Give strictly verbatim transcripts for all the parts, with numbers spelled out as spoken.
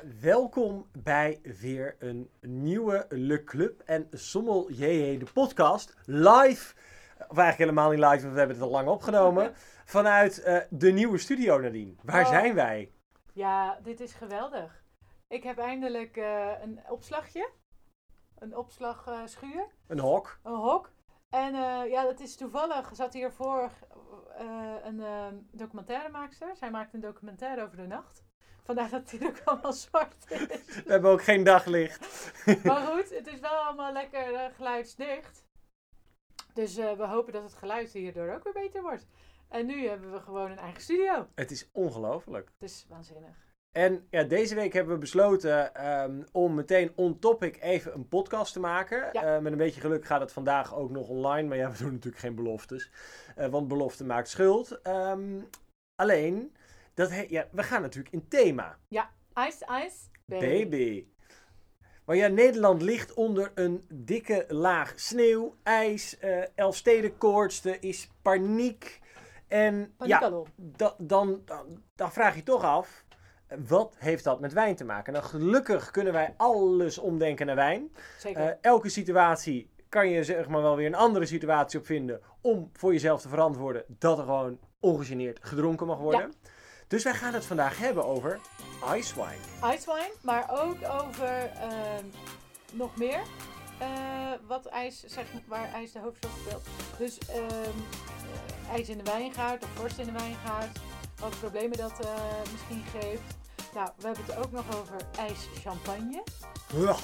welkom bij weer een nieuwe Le Club en Sommelier, de podcast, live, of eigenlijk helemaal niet live, want we hebben het al lang opgenomen, vanuit uh, de nieuwe studio, Nadine. Waar oh. zijn wij? Ja, dit is geweldig. Ik heb eindelijk uh, een opslagje, een opslagschuur. Uh, een hok. Een hok. En uh, ja, dat is toevallig, zat hiervoor uh, een uh, documentairemaakster. Zij maakt een documentaire over de nacht. Vandaar dat het ook allemaal zwart is. We hebben ook geen daglicht. Maar goed, het is wel allemaal lekker uh, geluidsdicht. Dus uh, we hopen dat het geluid hierdoor ook weer beter wordt. En nu hebben we gewoon een eigen studio. Het is ongelooflijk. Het is waanzinnig. En ja, deze week hebben we besloten um, om meteen on topic even een podcast te maken. Ja. Uh, met een beetje geluk gaat het vandaag ook nog online. Maar ja, we doen natuurlijk geen beloftes. Uh, want belofte maakt schuld. Um, alleen... Dat he- ja, we gaan natuurlijk in thema. Ja, ice, ice, baby. baby. Maar ja, Nederland ligt onder een dikke laag sneeuw, ijs, uh, Elfstedenkoorts, er is paniek. En paniek ja, da- dan, dan, dan vraag je toch af, wat heeft dat met wijn te maken? Nou, gelukkig kunnen wij alles omdenken naar wijn. Zeker. Uh, elke situatie kan je zeg maar wel weer een andere situatie op vinden om voor jezelf te verantwoorden dat er gewoon ongegeneerd gedronken mag worden. Ja. Dus wij gaan het vandaag hebben over ice wine. Ice wine, maar ook over uh, nog meer. Uh, wat ijs, zeg, waar ijs de hoofdrol speelt. Dus uh, uh, ijs in de wijngaard of vorst in de wijngaard. Wat problemen dat uh, misschien geeft. Nou, we hebben het ook nog over ijs champagne. Ja.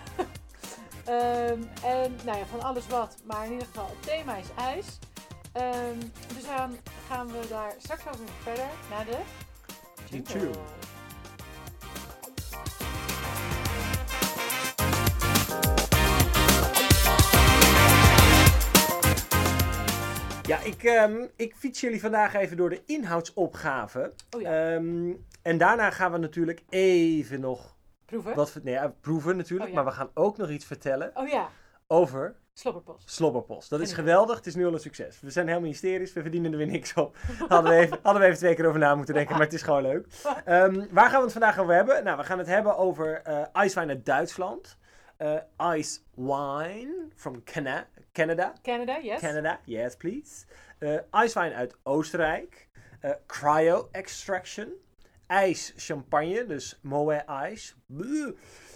um, en nou ja, van alles wat. Maar in ieder geval, het thema is ijs. Um, dus dan gaan we daar straks over verder naar de jingle. Ja, ik, um, ik fiets jullie vandaag even door de inhoudsopgave. Oh ja. um, en daarna gaan we natuurlijk even nog... Proeven? Wat, nee, ja, proeven natuurlijk, oh ja. Maar we gaan ook nog iets vertellen oh ja. over... Slobberpost. Slobberpost. Dat is geweldig. Het is nu al een succes. We zijn helemaal hysterisch. We verdienen er weer niks op. Hadden we even, hadden we even twee keer over na moeten denken. Maar het is gewoon leuk. Um, waar gaan we het vandaag over hebben? Nou, we gaan het hebben over uh, icewine uit Duitsland. Uh, ice wine from Cana- Canada. Canada, yes. Canada, yes please. Uh, icewine uit Oostenrijk. Uh, cryo extraction. IJs champagne, dus Moët Ice. Buh.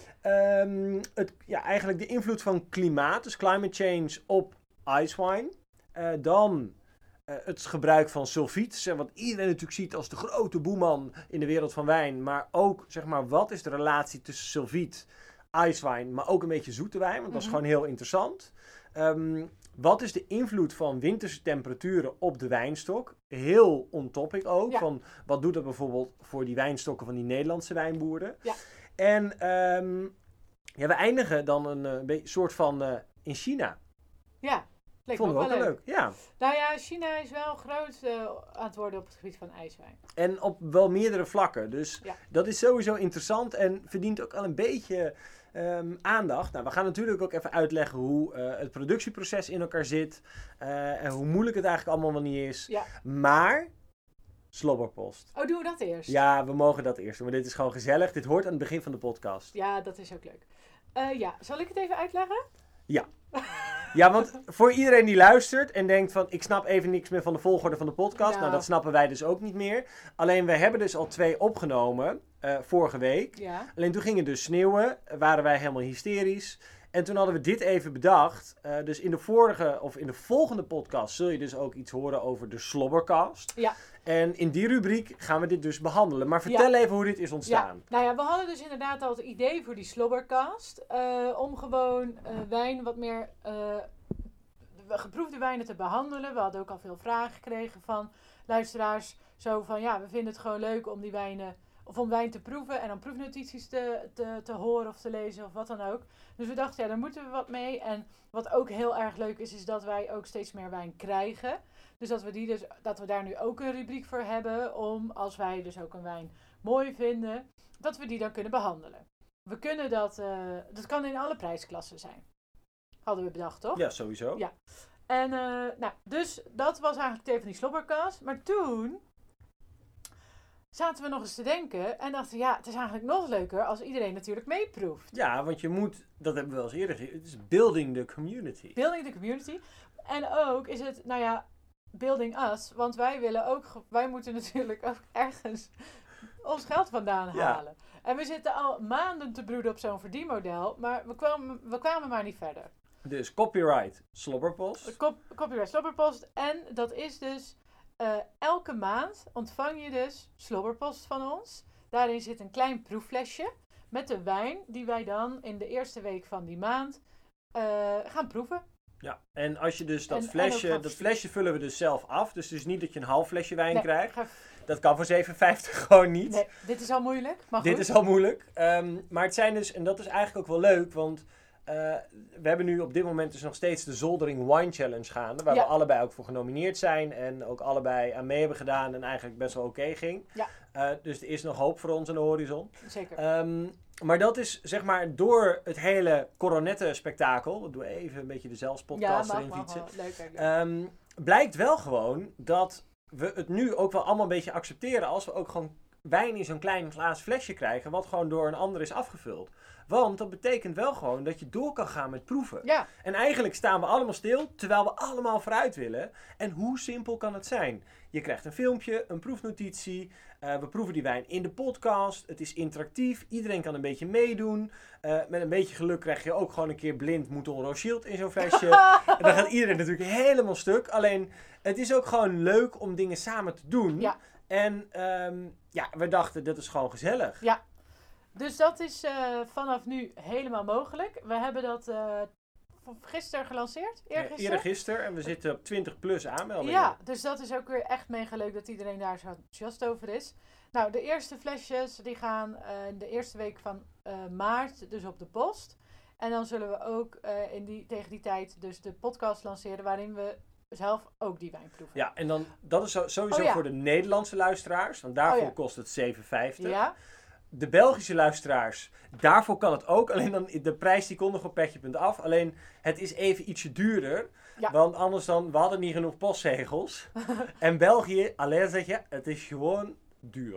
Um, het, ja, eigenlijk de invloed van klimaat, dus climate change op icewine. Uh, dan uh, het gebruik van sulfiet, wat iedereen natuurlijk ziet als de grote boeman in de wereld van wijn. Maar ook, zeg maar, wat is de relatie tussen sulfiet, icewine, maar ook een beetje zoete wijn, want dat is Mm-hmm. gewoon heel interessant. Um, wat is de invloed van winterse temperaturen op de wijnstok? Heel on topic ook, ja. van wat doet dat bijvoorbeeld voor die wijnstokken van die Nederlandse wijnboeren? Ja. En um, ja, we eindigen dan een, een be- soort van uh, in China. Ja, leek Vonden we ook wel leuk. leuk. Ja. Nou ja, China is wel groot uh, aan het worden op het gebied van ijswijn. En op wel meerdere vlakken. Dus ja. dat is sowieso interessant en verdient ook al een beetje um, aandacht. Nou, we gaan natuurlijk ook even uitleggen hoe uh, het productieproces in elkaar zit. Uh, en hoe moeilijk het eigenlijk allemaal wel niet is. Ja. Maar... Slobberpost. Oh, doen we dat eerst? Ja, we mogen dat eerst doen. Maar dit is gewoon gezellig. Dit hoort aan het begin van de podcast. Ja, dat is ook leuk. Uh, ja, zal ik het even uitleggen? Ja. Ja, want voor iedereen die luistert en denkt van... ik snap even niks meer van de volgorde van de podcast. Nou, nou dat snappen wij dus ook niet meer. Alleen, we hebben dus al twee opgenomen. Uh, vorige week. Ja. Alleen toen ging het dus sneeuwen. Waren wij helemaal hysterisch. En toen hadden we dit even bedacht. Uh, dus in de vorige of in de volgende podcast zul je dus ook iets horen over de Slobbercast. Ja. En in die rubriek gaan we dit dus behandelen. Maar vertel ja. even hoe dit is ontstaan. Ja. Nou ja, we hadden dus inderdaad al het idee voor die Slobbercast. Uh, om gewoon uh, wijn wat meer uh, geproefde wijnen te behandelen. We hadden ook al veel vragen gekregen van luisteraars. Zo van ja, we vinden het gewoon leuk om die wijnen... Of om wijn te proeven en dan proefnotities te, te, te horen of te lezen of wat dan ook. Dus we dachten, ja, daar moeten we wat mee. En wat ook heel erg leuk is, is dat wij ook steeds meer wijn krijgen. Dus dat we, die dus, dat we daar nu ook een rubriek voor hebben. Om, als wij dus ook een wijn mooi vinden, dat we die dan kunnen behandelen. We kunnen dat, uh, dat kan in alle prijsklassen zijn. Hadden we bedacht, toch? Ja, sowieso. Ja. En, uh, nou, dus dat was eigenlijk het thema van die Slobbercast. Maar toen... zaten we nog eens te denken en dachten, ja, het is eigenlijk nog leuker als iedereen natuurlijk meeproeft. Ja, want je moet, dat hebben we wel eens eerder gezien, het is building the community. Building the community. En ook is het, nou ja, building us. Want wij willen ook, wij moeten natuurlijk ook ergens ons geld vandaan Ja. halen. En we zitten al maanden te broeden op zo'n verdienmodel, maar we kwamen, we kwamen maar niet verder. Dus copyright Slobberpost. Cop, copyright Slobberpost. En dat is dus, uh, elke maand ontvang je dus Slobberpost van ons. Daarin zit een klein proefflesje met de wijn die wij dan in de eerste week van die maand uh, gaan proeven. Ja, en als je dus dat En- en flesje, ook gaan dat versturen. flesje vullen we dus zelf af. Dus het is niet dat je een half flesje wijn Nee, krijgt. ga- Dat kan voor zeven vijftig gewoon niet. Nee, dit is al moeilijk, maar goed. Dit is al moeilijk. Ehm, maar het zijn dus, en dat is eigenlijk ook wel leuk, want uh, we hebben nu op dit moment dus nog steeds de Zoldering Wine Challenge gaande. Waar Ja. we allebei ook voor genomineerd zijn en ook allebei aan mee hebben gedaan en eigenlijk best wel oké ging. Ja. Uh, dus er is nog hoop voor ons aan de horizon. Zeker. Ehm, maar dat is zeg maar door het hele Coronette-spektakel, ik doe even een beetje de ja, zelfspodcast mag, erin mag fietsen. wel. Leuk, leuk, leuk. Ehm, blijkt wel gewoon dat we het nu ook wel allemaal een beetje accepteren als we ook gewoon wijn in zo'n klein glaas flesje krijgen, wat gewoon door een ander is afgevuld. Want dat betekent wel gewoon dat je door kan gaan met proeven. Ja, En eigenlijk staan we allemaal stil, terwijl we allemaal vooruit willen. En hoe simpel kan het zijn? Je krijgt een filmpje, een proefnotitie. Uh, we proeven die wijn in de podcast. Het is interactief. Iedereen kan een beetje meedoen. Uh, met een beetje geluk krijg je ook gewoon een keer blind Mouton Rothschild in zo'n flesje. En dan gaat iedereen natuurlijk helemaal stuk. Alleen, het is ook gewoon leuk om dingen samen te doen. Ja. En um, ja, we dachten, dat is gewoon gezellig. Ja. Dus dat is uh, vanaf nu helemaal mogelijk. We hebben dat uh, gisteren gelanceerd. Eergisteren. Eerder gisteren. En we zitten op twintig plus aanmeldingen. Ja, dus dat is ook weer echt mega leuk dat iedereen daar zo enthousiast over is. Nou, de eerste flesjes die gaan uh, in de eerste week van uh, maart dus op de post. En dan zullen we ook uh, in die, tegen die tijd dus de podcast lanceren waarin we zelf ook die wijn proeven. Ja, en dan, dat is zo- sowieso Oh ja. voor de Nederlandse luisteraars. Want daarvoor Oh ja. kost het zeven vijftig. Ja, De Belgische luisteraars, daarvoor kan het ook. Alleen dan, de prijs die komt nog op petje punt af. Alleen, het is even ietsje duurder. Ja. Want anders dan, we hadden niet genoeg postzegels. En België, alleen zeg je, het is gewoon duur.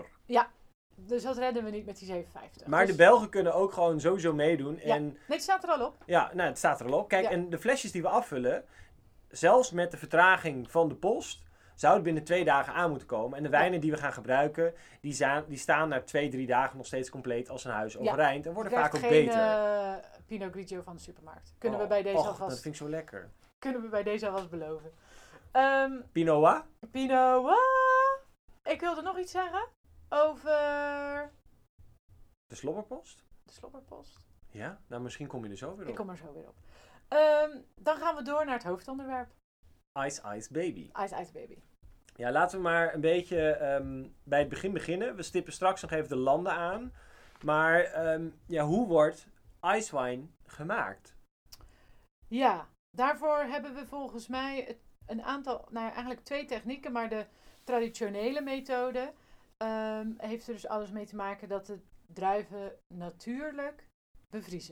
dus dat redden we niet met die zeven vijftig. Maar dus, de Belgen kunnen ook gewoon sowieso meedoen. Ja. En Nee, het staat er al op. ja, nou, het staat er al op. Kijk, Ja. en de flesjes die we afvullen, zelfs met de vertraging van de post, zou het binnen twee dagen aan moeten komen. En de wijnen die we gaan gebruiken, die, zijn, die staan na twee, drie dagen nog steeds compleet als een huis overeind. En worden Je vaak ook krijgt beter. geen uh, Pinot Grigio van de supermarkt. Kunnen, Oh, we bij deze och, alvast, dat vind ik zo lekker. kunnen we bij deze alvast beloven. Um, Pinot Noir? Pinot Noir. Ik wilde nog iets zeggen over De slobberpost? de slobberpost. Ja, nou misschien kom je er zo weer Ik op. kom er zo weer op. Um, dan gaan we door naar het hoofdonderwerp. Ice Ice Baby. Ice Ice Baby. Ja, laten we maar een beetje um, bij het begin beginnen. We stippen straks nog even de landen aan. Maar um, ja, hoe wordt icewine gemaakt? Ja, daarvoor hebben we volgens mij het- een aantal, nou ja, eigenlijk twee technieken, maar de traditionele methode um, heeft er dus alles mee te maken dat de druiven natuurlijk bevriezen.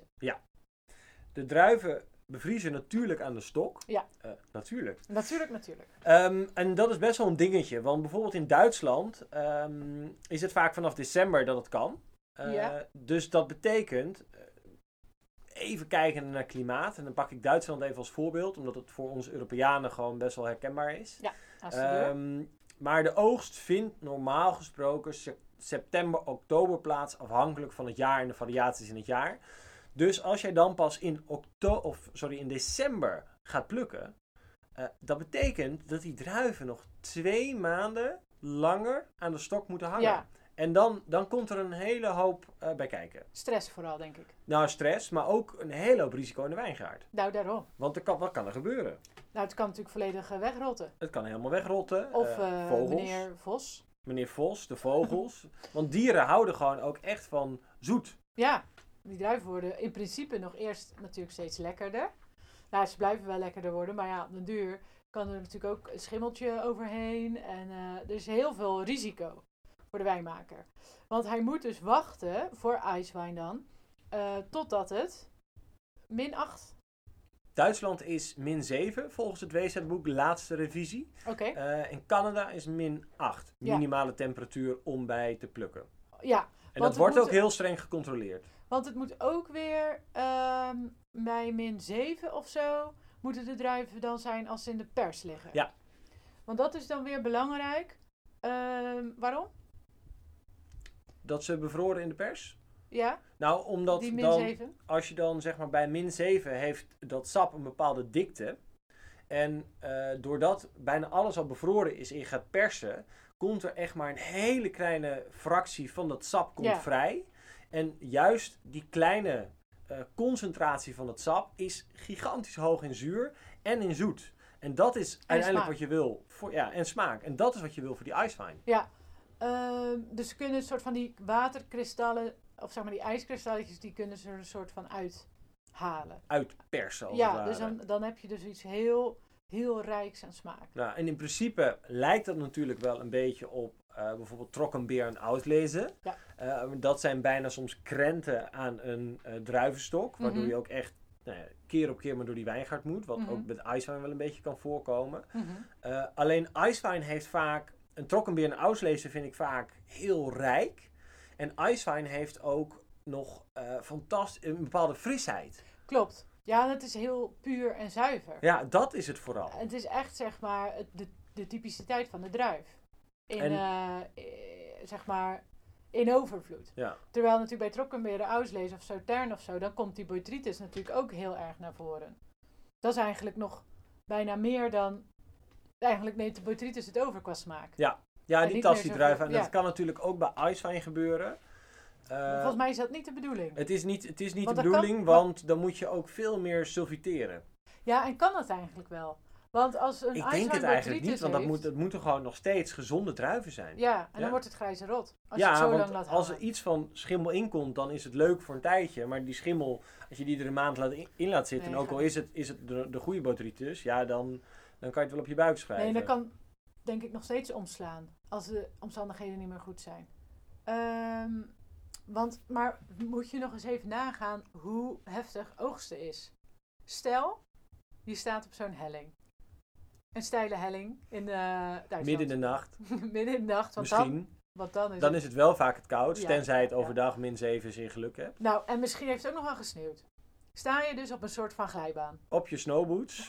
De druiven bevriezen natuurlijk aan de stok. Ja. Uh, natuurlijk. Natuurlijk, natuurlijk. Um, en dat is best wel een dingetje. Want bijvoorbeeld in Duitsland um, is het vaak vanaf december dat het kan. Uh, Ja. Dus dat betekent, uh, even kijken naar klimaat. En dan pak ik Duitsland even als voorbeeld. Omdat het voor ons Europeanen gewoon best wel herkenbaar is. Als de deur. Um, maar de oogst vindt normaal gesproken se- september, oktober plaats. Afhankelijk van het jaar en de variaties in het jaar. Dus als jij dan pas in, okto- of, sorry, in december gaat plukken. Uh, dat betekent dat die druiven nog twee maanden langer aan de stok moeten hangen. Ja. En dan, dan komt er een hele hoop uh, bij kijken. Stress vooral, denk ik. Nou, stress, maar ook een hele hoop risico in de wijngaard. Nou, daarom. Want er kan, wat kan er gebeuren? Nou, het kan natuurlijk volledig uh, wegrotten. Het kan helemaal wegrotten. Of uh, uh, vogels. meneer Vos. Meneer Vos, de vogels. Want dieren houden gewoon ook echt van zoet. Ja, die druiven worden in principe nog eerst natuurlijk steeds lekkerder. Nou, ze blijven wel lekkerder worden, maar ja, op den duur kan er natuurlijk ook een schimmeltje overheen. En uh, er is heel veel risico voor de wijnmaker. Want hij moet dus wachten voor icewine dan, uh, totdat het min acht Duitsland is min zeven volgens het W Z-boek, laatste revisie. Oké. Okay. Uh, en Canada is min acht. Ja. Minimale temperatuur om bij te plukken. Ja. En dat wordt moet, ook heel streng gecontroleerd. Want het moet ook weer um, bij min zeven of zo moeten de druiven dan zijn als ze in de pers liggen. Ja. Want dat is dan weer belangrijk. Um, waarom? Dat ze bevroren in de pers? Ja. Nou, omdat die min dan, zeven. als je dan zeg maar bij min zeven heeft dat sap een bepaalde dikte. En uh, doordat bijna alles al bevroren is en je gaat persen, komt er echt maar een hele kleine fractie van dat sap komt ja. vrij. En juist die kleine uh, concentratie van het sap is gigantisch hoog in zuur en in zoet. En dat is en uiteindelijk smaak. Wat je wil. Voor, ja, en smaak. En dat is wat je wil voor die icewine. Ja. Uh, dus ze kunnen een soort van die waterkristallen, of zeg maar die ijskristalletjes, die kunnen ze er een soort van uithalen. Uitpersen als ja, het ware. Dus dan, dan heb je dus iets heel, heel rijks aan smaak. Nou, en in principe lijkt dat natuurlijk wel een beetje op uh, bijvoorbeeld Trockenbeer en Auslese. Ja. Uh, dat zijn bijna soms krenten aan een uh, druivenstok, waardoor mm-hmm. je ook echt nou ja, keer op keer maar door die wijngaard moet. Wat mm-hmm. ook met icewine wel een beetje kan voorkomen. Mm-hmm. Uh, alleen icewine heeft vaak, een Trockenbeer en Auslese vind ik vaak heel rijk. En icewine heeft ook nog uh, fantastisch een bepaalde frisheid. Klopt. Ja, het is heel puur en zuiver. Ja, dat is het vooral. Het is echt zeg maar de, de typiciteit van de druif. In, en, uh, zeg maar, in overvloed. Ja. Terwijl natuurlijk bij Trockenbeer, de Auslese of Sautern of zo, dan komt die botrytis natuurlijk ook heel erg naar voren. Dat is eigenlijk nog bijna meer dan, eigenlijk neemt de botrytis het over qua smaak. Ja, ja die tast die druif aan. Ja. Dat kan natuurlijk ook bij icewine gebeuren. Uh, Volgens mij is dat niet de bedoeling. Het is niet, het is niet de want bedoeling, kan, want maar, dan moet je ook veel meer sulfiteren. Ja, en kan dat eigenlijk wel? Want als een Ik denk het eigenlijk niet, want dat, moet, dat moeten gewoon nog steeds gezonde druiven zijn. Ja, en ja. dan wordt het grijze rot. Als ja, je het zo want lang laat als halen. er iets van schimmel in komt, dan is het leuk voor een tijdje. Maar die schimmel, als je die er een maand laat in, in laat zitten, nee, en ook al is het, is het de, de goede botrytis, ja, dan, dan kan je het wel op je buik schrijven. Nee, dat kan denk ik nog steeds omslaan. Als de omstandigheden niet meer goed zijn. Um, want, maar moet je nog eens even nagaan hoe heftig oogsten is. Stel, je staat op zo'n helling. Een steile helling in uh, Duitsland. Midden in de nacht. Midden in de nacht. Want misschien. Dan, want dan is, dan het... is het wel vaak het koud, ja, tenzij het ja, overdag min zeven is in geluk hebt. Nou, en misschien heeft het ook nog wel gesneeuwd. Sta je dus op een soort van glijbaan. Op je snowboots.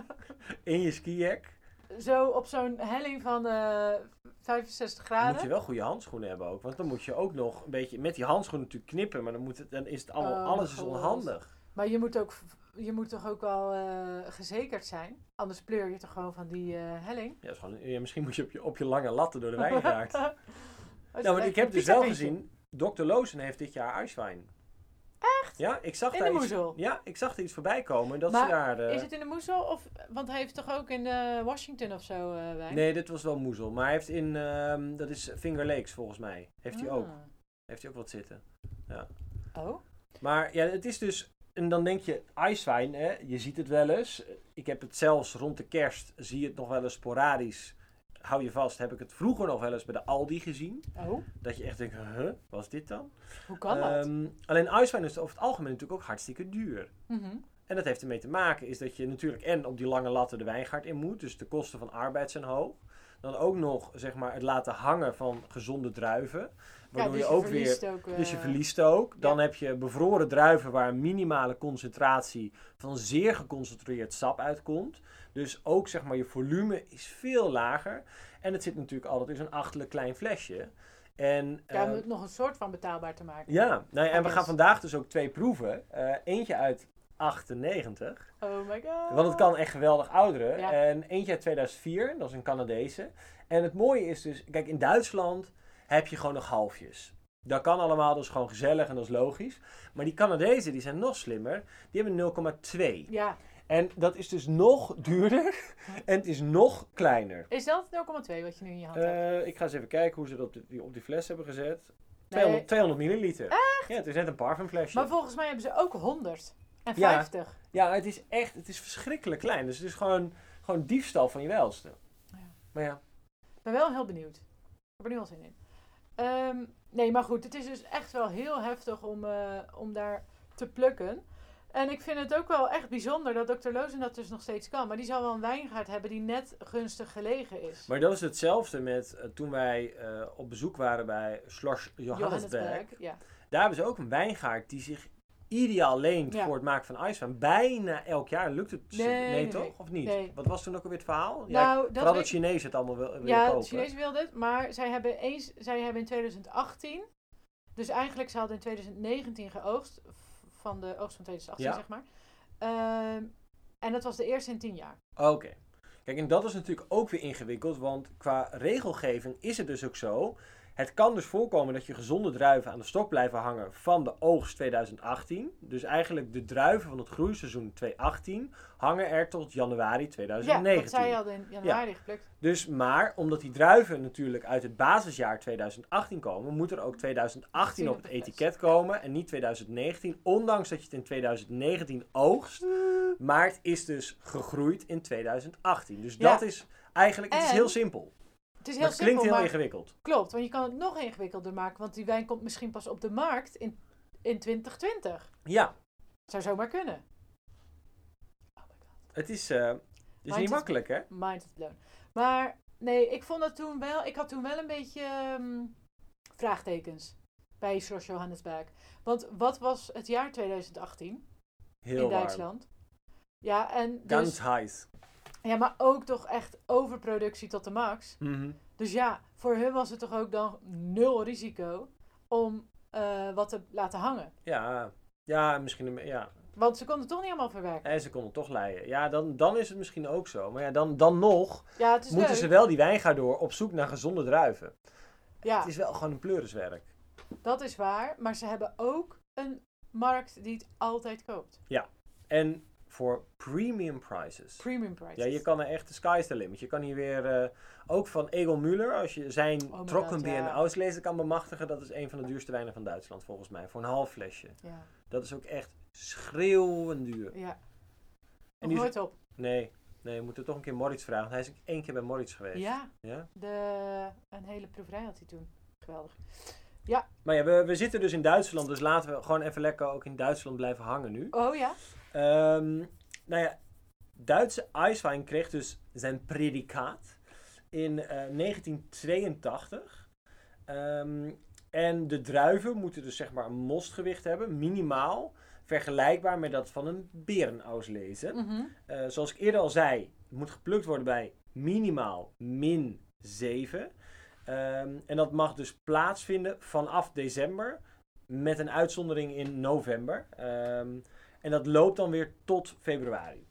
In je skijak. Zo op zo'n helling van uh, vijfenzestig graden. Dan moet je wel goede handschoenen hebben ook. Want dan moet je ook nog een beetje met die handschoenen natuurlijk knippen. Maar dan, moet het, dan is het allemaal, oh, alles is onhandig. Maar je moet, ook, je moet toch ook wel uh, gezekerd zijn? Anders pleur je toch gewoon van die uh, helling? Ja, is gewoon, ja, misschien moet je op, je op je lange latten door de wijngaard. Nou, maar ik heb dus wel gezien, dokter Loosen heeft dit jaar icewine. Echt? Ja, ik zag in daar de iets, moezel? Ja, ik zag er iets voorbij komen. Dat maar ze daar, uh, is het in de moezel? Of, want hij heeft toch ook in uh, Washington of zo uh, wijn? Nee, dit was wel moezel. Maar hij heeft in, uh, dat is Finger Lakes volgens mij. Heeft hij ah. ook. Heeft hij ook wat zitten. Ja. Oh. Maar ja, het is dus, en dan denk je, icewine, hè, je ziet het wel eens. Ik heb het zelfs rond de kerst, zie je het nog wel eens sporadisch. Hou je vast, heb ik het vroeger nog wel eens bij de Aldi gezien. Oh. Dat je echt denkt, huh, wat is dit dan? Hoe kan dat? Um, alleen icewine is over het algemeen natuurlijk ook hartstikke duur. Mm-hmm. En dat heeft ermee te maken, is dat je natuurlijk en op die lange latten de wijngaard in moet. Dus de kosten van arbeid zijn hoog. Dan ook nog, zeg maar, het laten hangen van gezonde druiven. Waardoor ja, dus je ook je weer, ook, uh... dus je verliest ook. Dan ja. heb je bevroren druiven waar een minimale concentratie van zeer geconcentreerd sap uitkomt. Dus ook, zeg maar, je volume is veel lager. En het zit natuurlijk altijd in zo'n achterlijk klein flesje. En, ja, om uh, het nog een soort van betaalbaar te maken. Ja, nou ja, en we gaan vandaag dus ook twee proeven. Uh, eentje uit achtennegentig. Oh my god. Want het kan echt geweldig ouderen. Ja. En eentje uit tweeduizend vier, dat is een Canadese. En het mooie is dus, kijk, in Duitsland heb je gewoon nog halfjes. Dat kan allemaal, dat is gewoon gezellig en dat is logisch. Maar die Canadezen, die zijn nog slimmer. Die hebben nul komma twee. Ja. En dat is dus nog duurder en het is nog kleiner. Is dat nul komma twee wat je nu in je hand uh, hebt? Ik ga eens even kijken hoe ze dat op die, op die fles hebben gezet. Nee. tweehonderd, tweehonderd milliliter. Echt? Ja, het is net een parfumflesje. Maar volgens mij hebben ze ook honderd en Ja. vijftig. Ja, het is echt, het is verschrikkelijk klein. Dus het is gewoon, gewoon diefstal van je welste. Ja. Maar ja. Ik ben wel heel benieuwd. Ik heb er nu al zin in. Um, nee, maar goed, het is dus echt wel heel heftig om, uh, om daar te plukken. En ik vind het ook wel echt bijzonder dat dokter Lozen dat dus nog steeds kan. Maar die zal wel een wijngaard hebben die net gunstig gelegen is. Maar dat is hetzelfde met uh, toen wij uh, op bezoek waren bij Schloss Johannesberg. Johannesberg, ja. Daar hebben ze ook een wijngaard die zich ideaal leent Ja. voor het maken van ijswijn. Bijna elk jaar lukt het. Nee, nee, nee, toch? nee. Of niet? Nee. Wat was toen ook alweer het verhaal? Ja, Nou, dat vooral weet dat Chinezen het allemaal wil, willen Ja, kopen. de Chinezen wilden het, maar zij hebben, eens, zij hebben in twintig achttien, dus eigenlijk ze hadden in twintig negentien geoogst, van de oogst van twintig achttien Ja. zeg maar. Ehm, en dat was de eerste in tien jaar. Oké. Okay. Kijk, en dat is natuurlijk ook weer ingewikkeld, want qua regelgeving is het dus ook zo. Het kan dus voorkomen dat je gezonde druiven aan de stok blijven hangen van de oogst twintig achttien. Dus eigenlijk de druiven van het groeiseizoen twintig achttien hangen er tot januari twintig negentien. Ja, dat zij hadden in januari ja. geplukt. Dus, maar omdat die druiven natuurlijk uit het basisjaar twintig achttien komen, moet er ook twintig achttien op het etiket komen en niet twintig negentien. Ondanks dat je het in twintig negentien oogst, maar het is dus gegroeid in twintig achttien. Dus ja. dat is eigenlijk, het is heel simpel. Het is heel maar het simpel, klinkt heel maar ingewikkeld. Klopt, want je kan het nog ingewikkelder maken, want die wijn komt misschien pas op de markt in, in twintig twintig. Ja. Zou zomaar kunnen. Oh my god. Het is, uh, het is niet makkelijk, hè? Mind is blown. Maar nee, ik vond dat toen wel, ik had toen wel een beetje um, vraagtekens bij Schloss Johannesberg. Want wat was het jaar twintig achttien heel in Duitsland? Ja, en dus, Ganz heiß. Ja, maar ook toch echt overproductie tot de max. Mm-hmm. Dus ja, voor hun was het toch ook dan nul risico om uh, wat te laten hangen. Ja, ja, misschien, ja. Want ze konden het toch niet allemaal verwerken. En ze konden toch leiden. Ja, dan, dan is het misschien ook zo. Maar ja, dan, dan nog ja, het is moeten leuk. ze wel die wijngaard door op zoek naar gezonde druiven. Ja. Het is wel gewoon een pleuriswerk. Dat is waar, maar ze hebben ook een markt die het altijd koopt. Ja, en voor premium prices. Premium prices. Ja, je kan er echt, de sky is the limit. Je kan hier weer, uh, ook van Egon Müller, als je zijn oh Trockenbeer ja. en Auslezer kan bemachtigen, dat is een van de duurste wijnen van Duitsland volgens mij. Voor een half flesje. Ja. Dat is ook echt schreeuwend duur. Ja. En Nog nooit op. Nee, nee, we moeten toch een keer Moritz vragen. Want hij is ook één keer bij Moritz geweest. Ja, ja? De, een hele proeverij had hij toen. Geweldig. Ja. Maar ja, we, we zitten dus in Duitsland, dus laten we gewoon even lekker ook in Duitsland blijven hangen nu. Oh ja? Um, nou ja, Duitse ijswijn kreeg dus zijn predicaat in uh, negentien tweeëntachtig. Um, en de druiven moeten dus zeg maar een mostgewicht hebben, minimaal. Vergelijkbaar met dat van een berenauslese. Mm-hmm. Uh, zoals ik eerder al zei, het moet geplukt worden bij minimaal min zeven. Um, en dat mag dus plaatsvinden vanaf december met een uitzondering in november. Um, en dat loopt dan weer tot februari.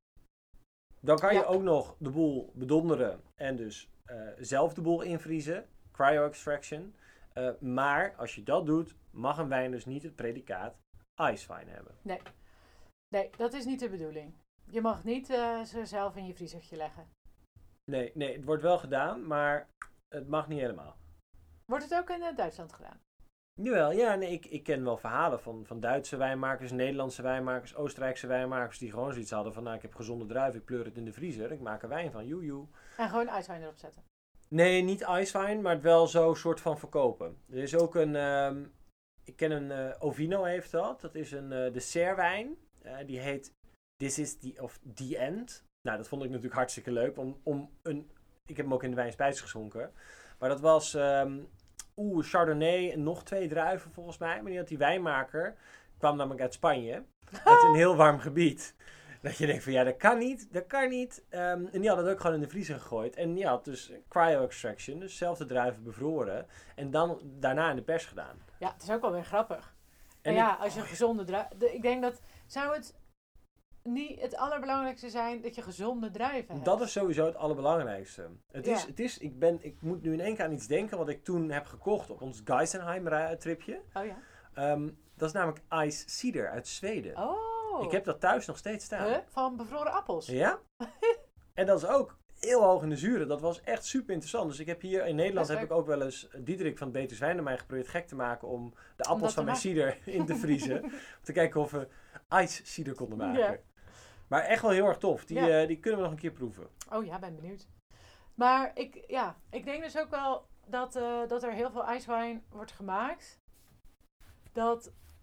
Dan kan je ja. ook nog de boel bedonderen en dus uh, zelf de boel invriezen. Cryo-extraction. Uh, maar als je dat doet, mag een wijn dus niet het predicaat ijswijn hebben. Nee. Nee, dat is niet de bedoeling. Je mag niet uh, ze zelf in je vriezertje leggen. Nee, nee, het wordt wel gedaan, maar het mag niet helemaal. Wordt het ook in uh, Duitsland gedaan? Jawel, ja, nee, ik, ik ken wel verhalen van, van Duitse wijnmakers, Nederlandse wijnmakers, Oostenrijkse wijnmakers die gewoon zoiets hadden van, nou, ik heb gezonde druiven, ik pleur het in de vriezer, ik maak er wijn van, joe, joe. En gewoon ijswijn erop zetten? Nee, niet ijswijn, maar het wel zo soort van verkopen. Er is ook een, um, ik ken een, uh, Ovino heeft dat, dat is een uh, dessertwijn, uh, die heet This is the, of The End. Nou, dat vond ik natuurlijk hartstikke leuk, om, om een, ik heb hem ook in de wijn spijs geschonken, maar dat was... Um, Oeh, Chardonnay en nog twee druiven volgens mij. Maar die had die wijnmaker, kwam namelijk uit Spanje. Uit een heel warm gebied. Dat je denkt van ja, dat kan niet, dat kan niet. Um, en die had het ook gewoon in de vriezer gegooid. En die had dus cryo-extraction, dus zelf de druiven bevroren. En dan daarna in de pers gedaan. Ja, het is ook wel weer grappig. En ja, ik, als je een gezonde druiven... Ik denk dat, zou het niet het allerbelangrijkste zijn dat je gezonde druiven hebt? Dat is sowieso het allerbelangrijkste. Het ja. is, het is, ik, ben, ik moet nu in één keer aan iets denken wat ik toen heb gekocht op ons Geisenheim-tripje. Oh ja? Um, dat is namelijk Ice Cider uit Zweden. Oh. Ik heb dat thuis nog steeds staan. Huh? Van bevroren appels? Ja. En dat is ook heel hoog in de zuren. Dat was echt super interessant. Dus ik heb hier in Nederland heb ik ook wel eens Diederik van Beter Zwijn naar mij geprobeerd gek te maken om de appels van mijn cider in te vriezen. Om te kijken of we Ice Cider konden maken. Ja. Maar echt wel heel erg tof. Die, ja. uh, die kunnen we nog een keer proeven. Oh ja, ben benieuwd. Maar ik, ja, ik denk dus ook wel dat, uh, dat er heel veel ijswijn wordt gemaakt. Dat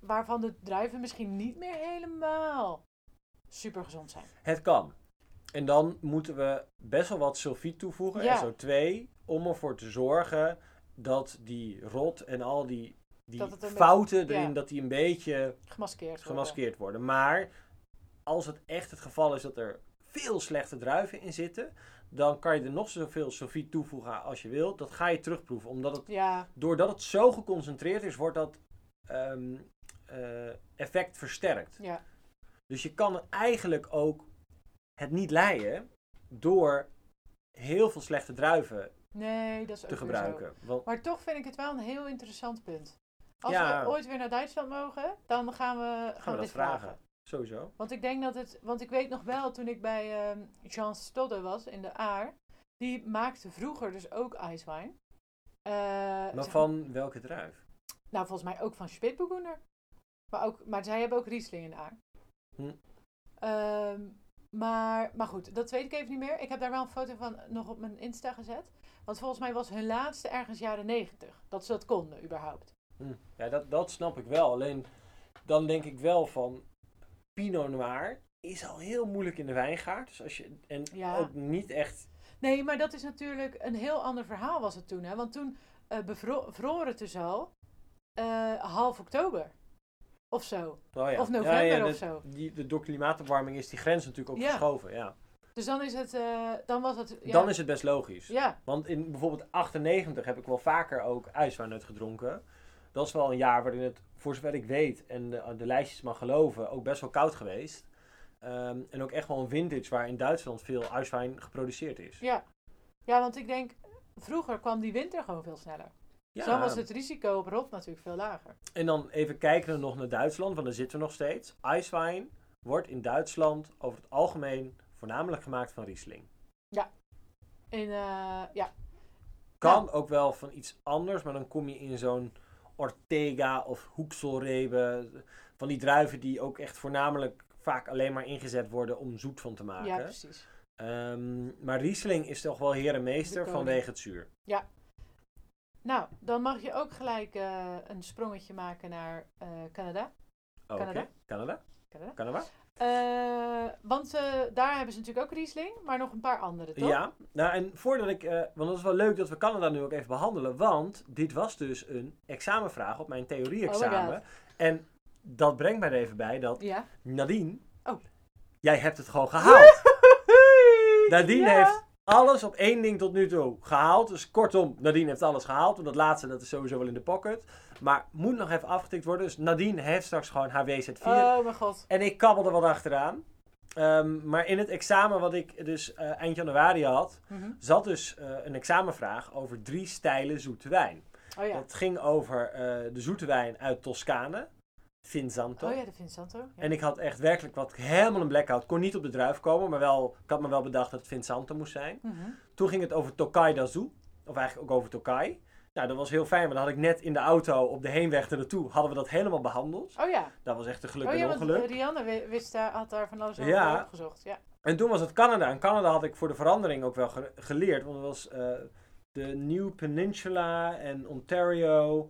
waarvan de druiven misschien niet meer helemaal super gezond zijn. Het kan. En dan moeten we best wel wat sulfiet toevoegen, Ja. S O twee, om ervoor te zorgen dat die rot en al die, die Dat het een fouten beetje- erin, ja. dat die een beetje Gemaskeerd worden. gemaskeerd worden. Maar als het echt het geval is dat er veel slechte druiven in zitten, dan kan je er nog zoveel sulfiet toevoegen als je wilt. Dat ga je terugproeven. Omdat het, Ja, doordat het zo geconcentreerd is, wordt dat ehm, eh, effect versterkt. ja. Dus je kan eigenlijk ook het niet leiden door heel veel slechte druiven Nee, dat is ook te weer gebruiken. Want, zo. Maar toch vind ik het wel een heel interessant punt. Als Ja. we ooit weer naar Duitsland mogen, dan gaan we, gaan gaan we dat dit vragen. vragen. Sowieso. Want ik denk dat het, want ik weet nog wel, toen ik bij ehm Jean Stodde was in de Aar, die maakte vroeger dus ook ijswijn. Eh, Maar zeg- van welke druif? Nou, volgens mij ook van Spätburgunder. Maar, ook, maar zij hebben ook Riesling in de Aar. Hm. Ehm, maar, maar goed, dat weet ik even niet meer. Ik heb daar wel een foto van nog op mijn Insta gezet. Want volgens mij was hun laatste ergens jaren negentig. Dat ze dat konden, überhaupt. Hm. Ja, dat, dat snap ik wel. Alleen dan denk ik wel van Pinot Noir is al heel moeilijk in de wijngaard. Dus als je, en Ja. ook niet echt... Nee, maar dat is natuurlijk een heel ander verhaal was het toen. Hè? Want toen eh bevro- bevroor het dus al eh, half oktober. Of zo. Oh ja. Of november ja, ja, of de, zo. Die, de, door klimaatopwarming is die grens natuurlijk ook Ja. verschoven. Ja. Dus dan is het... eh, dan was het... Ja, Dan is het best logisch. Ja, Want in bijvoorbeeld achtennegentig heb ik wel vaker ook ijswijn uitgedronken. Dat is wel een jaar waarin het, voor zover ik weet, en de, de lijstjes mag geloven, ook best wel koud geweest. Ehm, en ook echt wel een vintage waar in Duitsland veel ijswijn geproduceerd is. ja. Ja, want ik denk... Vroeger kwam die winter gewoon veel sneller. Dus dan was het risico op rot natuurlijk veel lager. En dan even kijken we nog naar Duitsland, want daar zitten we nog steeds. Ijswijn wordt in Duitsland over het algemeen voornamelijk gemaakt van Riesling. In, eh, ja. Kan ook wel van iets anders, maar dan kom je in zo'n Ortega of Hoekselrebe. Van die druiven die ook echt voornamelijk vaak alleen maar ingezet worden om zoet van te maken. ja, precies. Ehm, maar Riesling is toch wel heer en meester De koning. vanwege het zuur. Nou, dan mag je ook gelijk eh, een sprongetje maken naar eh, Canada. Oh, Canada. oké. Canada? Canada. Canada? Eh, want eh, daar hebben ze natuurlijk ook Riesling, maar nog een paar andere, toch? Ja. Nou, en voordat ik... eh, want het is wel leuk dat we Canada nu ook even behandelen. Want dit was dus een examenvraag op mijn Oh my theorie-examen. God. En dat brengt mij er even bij dat Ja. Nadine... Oh. Jij hebt het gewoon gehaald. Nadine Ja. heeft alles op één ding tot nu toe gehaald. Dus kortom, Nadine heeft alles gehaald. Want dat laatste, dat is sowieso wel in de pocket. Maar moet nog even afgetikt worden. Dus Nadine heeft straks gewoon haar W Z vier. Oh mijn god. En ik kabbelde wat achteraan. Ehm, maar in het examen wat ik dus eh, eind januari had, Mhm. zat dus eh, een examenvraag over drie stijlen zoete wijn. Oh ja. Het ging over eh, de zoete wijn uit Toscane, Vinsanto. Oh ja, de Vinsanto. Ja. En ik had echt werkelijk wat helemaal een blackout. Kon niet op de druif komen, maar wel, ik had me wel bedacht dat het Vinsanto moest zijn. Mhm. Toen ging het over Tokai d'Azú. Of eigenlijk ook over Tokai. Nou, dat was heel fijn, want dan had ik net in de auto op de heenweg er naartoe, hadden we dat helemaal behandeld. Oh ja. Dat was echt een geluk Oh en ja, want ongeluk. eh, Rianne wi- wist daar, had daar van alles over Ja. opgezocht. Ja. En toen was het Canada. En Canada had ik voor de verandering ook wel ge- geleerd. Want het was eh, de New Peninsula en Ontario.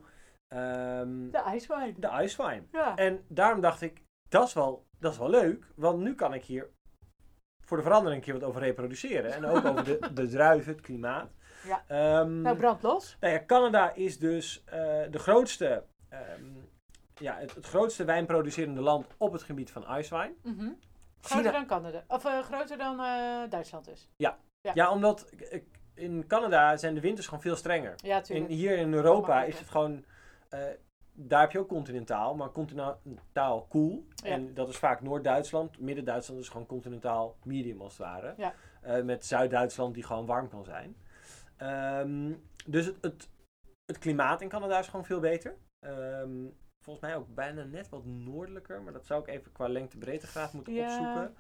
ehm, De ijswijn. de icewine. Ja. En daarom dacht ik, dat is, wel, dat is wel leuk. Want nu kan ik hier voor de verandering een keer wat over reproduceren. En ook over de, de druiven, het klimaat. Ja. Ehm, Nou, brand los. nou ja, Canada is dus eh, de grootste, ehm, ja, het, het grootste wijnproducerende land op het gebied van icewine. Mhm. Groter China, dan Canada. Of eh, groter dan eh, Duitsland dus. Ja. ja, omdat eh, in Canada zijn de winters gewoon veel strenger. Ja, In, tuurlijk. hier in Europa makkelijker. is het gewoon, eh, daar heb je ook continentaal, maar continentaal koel. Ja. En dat is vaak Noord-Duitsland. Midden-Duitsland is gewoon continentaal medium als het ware. Ja. Eh, met Zuid-Duitsland die gewoon warm kan zijn. Ehm, dus het, het, het klimaat in Canada is gewoon veel beter. Ehm, volgens mij ook bijna net wat noordelijker, maar dat zou ik even qua lengte-breedtegraad moeten Ja. opzoeken.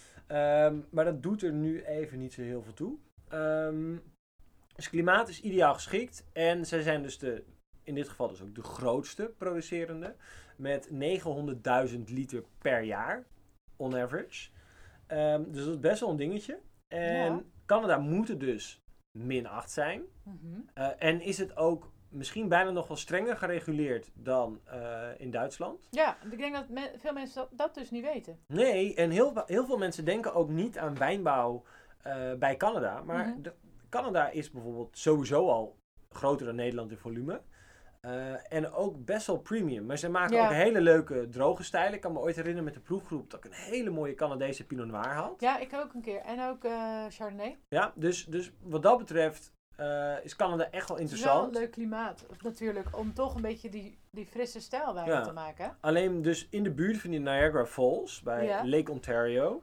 Ehm, maar dat doet er nu even niet zo heel veel toe. Ehm, dus het klimaat is ideaal geschikt. En zij zijn dus de, in dit geval dus ook de grootste producerende. Met negenhonderdduizend liter per jaar, on average. Ehm, dus dat is best wel een dingetje. En Ja. Canada moet er dus min acht zijn. Mhm. Uh, en is het ook misschien bijna nog wel strenger gereguleerd dan uh, in Duitsland. Ja, ik denk dat me- veel mensen dat, dat dus niet weten. Nee, en heel, heel veel mensen denken ook niet aan wijnbouw uh, bij Canada. Maar Mm-hmm. de, Canada is bijvoorbeeld sowieso al groter dan Nederland in volume. Uh, en ook best wel premium. Maar ze maken Ja. ook hele leuke droge stijlen. Ik kan me ooit herinneren met de proefgroep dat ik een hele mooie Canadese Pinot Noir had. Ja, ik ook een keer. En ook uh, Chardonnay. Ja, dus, dus wat dat betreft uh, is Canada echt wel Het is interessant. wel een leuk klimaat natuurlijk, om toch een beetje die, die frisse stijl bij Ja. te maken. Alleen dus in de buurt van die Niagara Falls, bij Ja. Lake Ontario.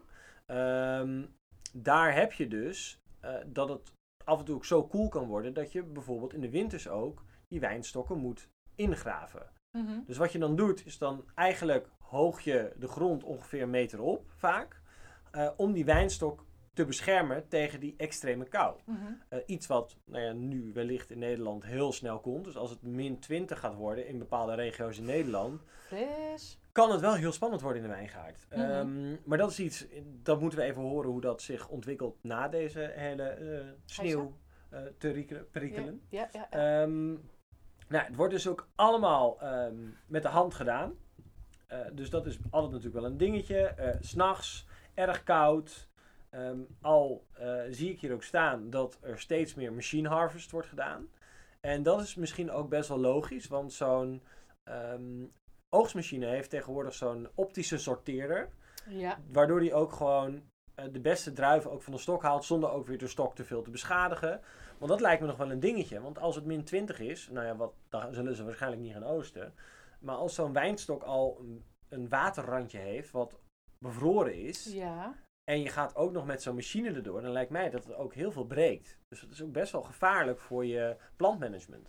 Um, daar heb je dus uh, dat het af en toe ook zo koel kan worden dat je bijvoorbeeld in de winters ook die wijnstokken moet ingraven. Mm-hmm. Dus wat je dan doet, is dan eigenlijk hoog je de grond ongeveer een meter op, vaak, uh, om die wijnstok te beschermen tegen die extreme kou. Mm-hmm. Uh, iets wat nou ja, nu wellicht in Nederland heel snel komt. Dus als het min twintig gaat worden in bepaalde regio's in Nederland, Fris. kan het wel heel spannend worden in de wijngaard. Mm-hmm. Um, maar dat is iets, dat moeten we even horen hoe dat zich ontwikkelt na deze hele uh, sneeuw uh, te riekelen, perikelen. Ja, ja, ja. Um, nou, het wordt dus ook allemaal um, met de hand gedaan. Uh, dus dat is altijd natuurlijk wel een dingetje. Uh, 's Nachts, erg koud. Um, al uh, zie ik hier ook staan dat er steeds meer machine harvest wordt gedaan. En dat is misschien ook best wel logisch, want zo'n um, oogstmachine heeft tegenwoordig zo'n optische sorteerder. Ja. Waardoor die ook gewoon uh, de beste druiven ook van de stok haalt, zonder ook weer de stok te veel te beschadigen. Want dat lijkt me nog wel een dingetje. Want als het min twintig is, nou ja, wat, dan zullen ze waarschijnlijk niet gaan oosten. Maar als zo'n wijnstok al een, een waterrandje heeft, wat bevroren is, Ja. en je gaat ook nog met zo'n machine erdoor, dan lijkt mij dat het ook heel veel breekt. Dus dat is ook best wel gevaarlijk voor je plantmanagement.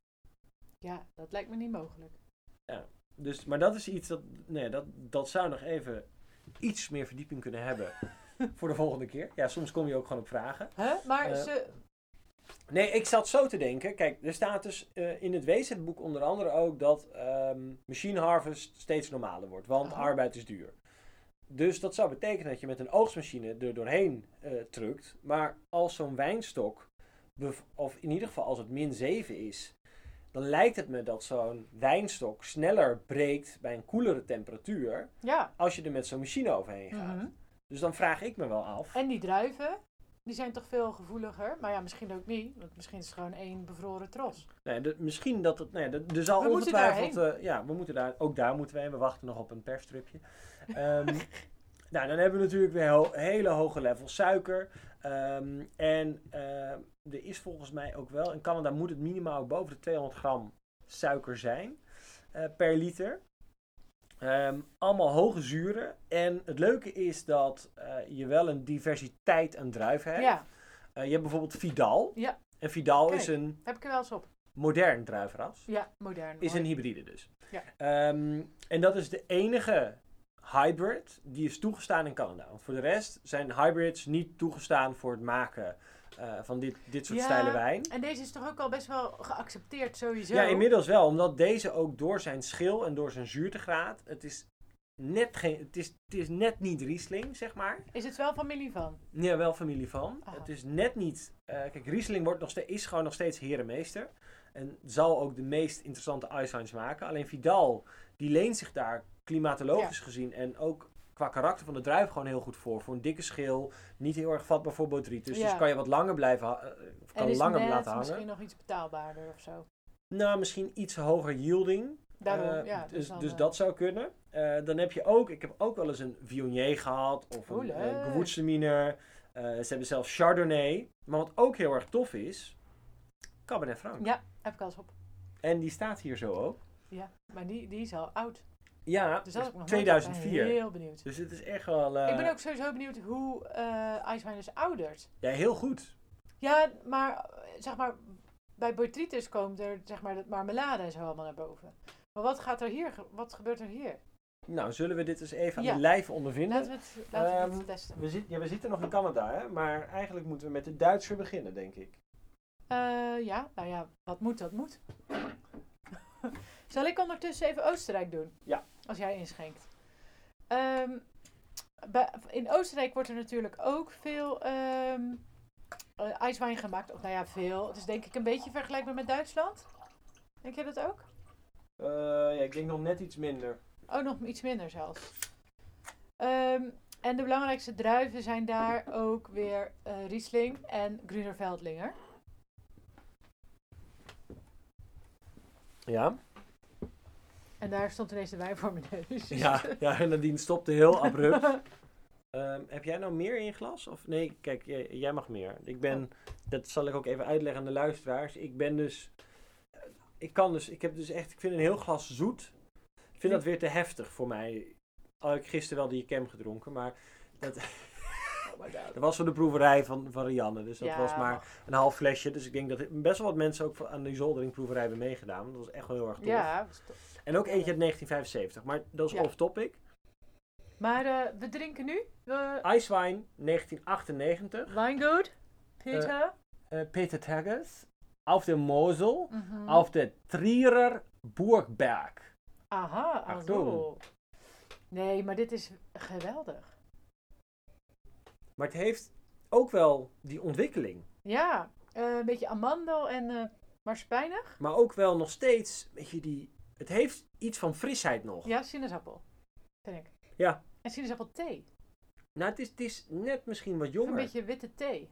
Ja, dat lijkt me niet mogelijk. Ja, dus, maar dat is iets dat, nee, dat, dat zou nog even iets meer verdieping kunnen hebben voor de volgende keer. Ja, soms kom je ook gewoon op vragen. Huh? Maar Uh, ze... Nee, ik zat zo te denken. Kijk, er staat dus uh, in het weeshetboek onder andere ook dat um, machine harvest steeds normaler wordt. Want Aha. arbeid is duur. Dus dat zou betekenen dat je met een oogstmachine er doorheen uh, trukt. Maar als zo'n wijnstok, bev- of in ieder geval als het min zeven is, dan lijkt het me dat zo'n wijnstok sneller breekt bij een koelere temperatuur Ja. als je er met zo'n machine overheen gaat. Mm-hmm. Dus dan vraag ik me wel af. En die druiven, die zijn toch veel gevoeliger? Maar ja, misschien ook niet. Want misschien is het gewoon één bevroren tros. Nee, de, misschien dat het. Nee, de, er zal We moeten ongetwijfeld. Uh, ja, we moeten daar. Ook daar moeten we heen. We wachten nog op een persstripje. Um, nou, dan hebben we natuurlijk weer ho- hele hoge levels suiker. Um, en uh, er is volgens mij ook wel. In Canada moet het minimaal boven de tweehonderd gram suiker zijn uh, per liter. Um, allemaal hoge zuren. En het leuke is dat uh, je wel een diversiteit aan druiven hebt. Ja. Uh, je hebt bijvoorbeeld Vidal. Ja. En Vidal Kijk. is een Heb ik er wel eens op. modern druivenras. Ja, modern. Is mooi. een hybride dus. Ja. Um, en dat is de enige hybrid die is toegestaan in Canada. Want voor de rest zijn hybrids niet toegestaan voor het maken uh, van dit, dit soort Ja, stijlen wijn. En deze is toch ook al best wel geaccepteerd sowieso? Ja, inmiddels wel. Omdat deze ook door zijn schil en door zijn zuurtegraad, het is net, geen, het is, het is net niet Riesling, zeg maar. Is het wel familie van? Ja, wel familie van. Aha. Het is net niet... Uh, kijk, Riesling wordt nog steeds, is gewoon nog steeds herenmeester. En zal ook de meest interessante icewines maken. Alleen Vidal, die leent zich daar klimatologisch Ja. gezien en ook qua karakter van de druif gewoon heel goed voor. Voor een dikke schil, niet heel erg vatbaar voor botrytis. Ja. Dus kan je wat langer blijven ha- uh, of kan En is langer net laten hangen. misschien nog iets betaalbaarder of zo. Nou, misschien iets hoger yielding. Daarom, Uh, ja. dus dan, dus uh, dat zou kunnen. Uh, dan heb je ook, ik heb ook wel eens een Viognier gehad. Of Oh, een leuk. uh, Gewürztraminer. Uh, ze hebben zelfs Chardonnay. Maar wat ook heel erg tof is, Cabernet Franc. Ja, heb ik al eens op. En die staat hier zo ook. Ja, maar die, die is al oud. Ja, Dus dat heb ik nog tweeduizend nooit vier. op. Ik ben heel benieuwd. Dus het is echt wel... Uh, Ik ben ook sowieso benieuwd hoe uh, icewine is oudert. Ja, heel goed. Ja, maar uh, zeg maar, bij botrytis komt er zeg maar dat marmelade en zo allemaal naar boven. Maar wat gaat er hier, ge- wat gebeurt er hier? Nou, zullen we dit eens even aan Ja. de lijve ondervinden? Laten we het, laten we Um, het testen. We, zit, ja, we zitten nog in Canada, hè? Maar eigenlijk moeten we met de Duitser beginnen, denk ik. Uh, ja, nou ja, wat moet, dat moet. Zal ik ondertussen even Oostenrijk doen? Ja. Als jij inschenkt. Um, bij, in Oostenrijk wordt er natuurlijk ook veel um, uh, ijswijn gemaakt. Of nou ja, veel. Het is denk ik een beetje vergelijkbaar met Duitsland. Denk je dat ook? Uh, ja, ik denk nog net iets minder. Oh, nog iets minder zelfs. Um, en de belangrijkste druiven zijn daar ook weer uh, Riesling en Grüner Veltliner. Ja. En daar stond ineens de wijn voor mijn neus. Ja, ja, en Nadine stopte heel abrupt. um, heb jij nou meer in je glas? Of nee, kijk, jij, jij mag meer. Ik ben, oh. Dat zal ik ook even uitleggen aan de luisteraars. Ik ben dus, ik kan dus, ik heb dus echt, ik vind een heel glas zoet. Ik vind dat weer te heftig voor mij. Al heb ik gisteren wel die Yquem gedronken, maar dat, oh my God. Dat was voor de proeverij van, van Rianne. Dus dat ja, was maar een half flesje. Dus ik denk dat best wel wat mensen ook aan die zolderingproeverij hebben meegedaan. Dat was echt wel heel erg tof. Ja, was tof. En ook eentje uit negentien vijfenzeventig, maar dat is ja. off topic. Maar uh, we drinken nu... We... Eiswein negentien achtennegentig. Weingut, Peter. Uh, uh, Peter Taggers. Auf der Mosel. Mm-hmm. Auf der Trierer Burgberg. Aha, also. Nee, maar dit is geweldig. Maar het heeft ook wel die ontwikkeling. Ja, uh, een beetje amandel en uh, marspijnig. Maar ook wel nog steeds, weet je, die... Het heeft iets van frisheid nog. Ja, sinaasappel, vind ik. Ja. En sinaasappelthee. Nou, het is, het is net misschien wat jonger. Een beetje witte thee.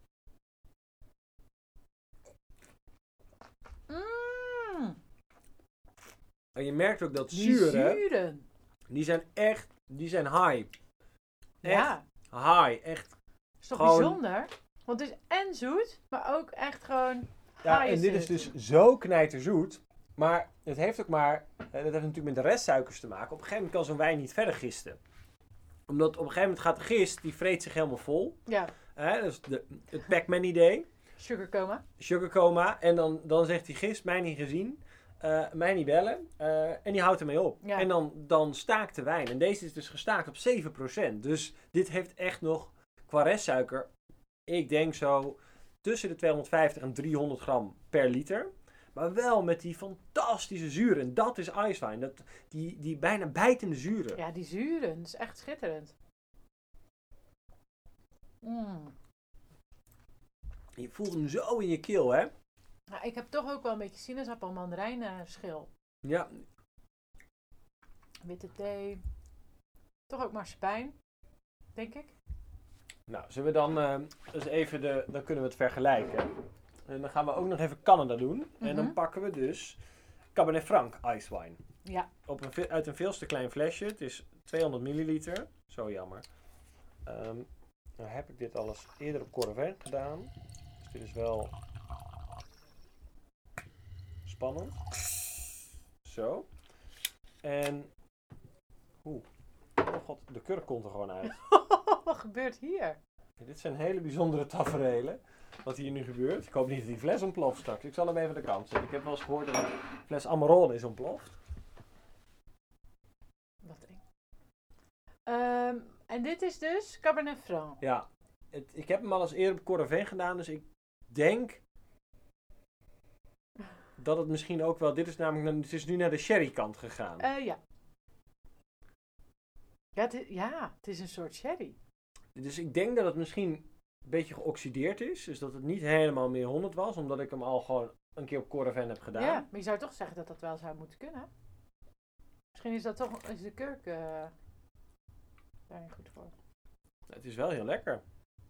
Mmm. En je merkt ook dat die zuren, zuren, die zijn echt, die zijn high. Echt ja. high, echt. Is toch gewoon... bijzonder? Want het is en zoet, maar ook echt gewoon ja, en dit is dus zo knijterzoet. Maar het heeft ook maar, dat heeft natuurlijk met de restsuikers te maken. Op een gegeven moment kan zo'n wijn niet verder gisten. Omdat op een gegeven moment gaat de gist, die vreet zich helemaal vol. Ja. Eh, dat is de, het Pac-Man idee. Sugarcoma. Sugarcoma. En dan, dan zegt die gist, mij niet gezien, uh, mij niet bellen. Uh, en die houdt ermee op. Ja. En dan, dan staakt de wijn. En deze is dus gestaakt op zeven procent. Dus dit heeft echt nog, qua restsuiker, ik denk zo tussen de tweehonderdvijftig en driehonderd gram per liter. Maar wel met die fantastische zuren. En dat is Eiswein. Dat, die, die bijna bijtende zuren. Ja, die zuren. Dat is echt schitterend. Mm. Je voelt hem zo in je keel, hè? Ja, ik heb toch ook wel een beetje sinaasappel-mandarijnschil. Ja. Witte thee. Toch ook marspijn, denk ik. Nou, zullen we dan uh, eens even de... Dan kunnen we het vergelijken. En dan gaan we ook nog even Canada doen. Mm-hmm. En dan pakken we dus Cabernet Franc Eiswein. Ja. Op een, uit een veel te klein flesje. Het is tweehonderd milliliter. Zo jammer. Um, nou heb ik dit al eens eerder op Corvin gedaan. Dus dit is wel spannend. Zo. En... Oeh. Oh god, de kurk komt er gewoon uit. Wat gebeurt hier? Dit zijn hele bijzondere taferelen. Wat hier nu gebeurt. Ik hoop niet dat die fles ontploft straks. Ik zal hem even aan de kant zetten. Ik heb wel eens gehoord dat een fles Amarone is ontploft. Wat eng. Um, en dit is dus Cabernet Franc. Ja. Het, ik heb hem al eens eerder op Corvin gedaan. Dus ik denk dat het misschien ook wel... Dit is namelijk... Het is nu naar de sherry kant gegaan. Uh, ja. Ja het, is, ja, het is een soort sherry. Dus ik denk dat het misschien een beetje geoxideerd is. Dus dat het niet helemaal meer honderd was. Omdat ik hem al gewoon een keer op Corvin heb gedaan. Ja, maar je zou toch zeggen dat dat wel zou moeten kunnen. Misschien is dat toch is de kurk uh, daar niet goed voor. Het is wel heel lekker.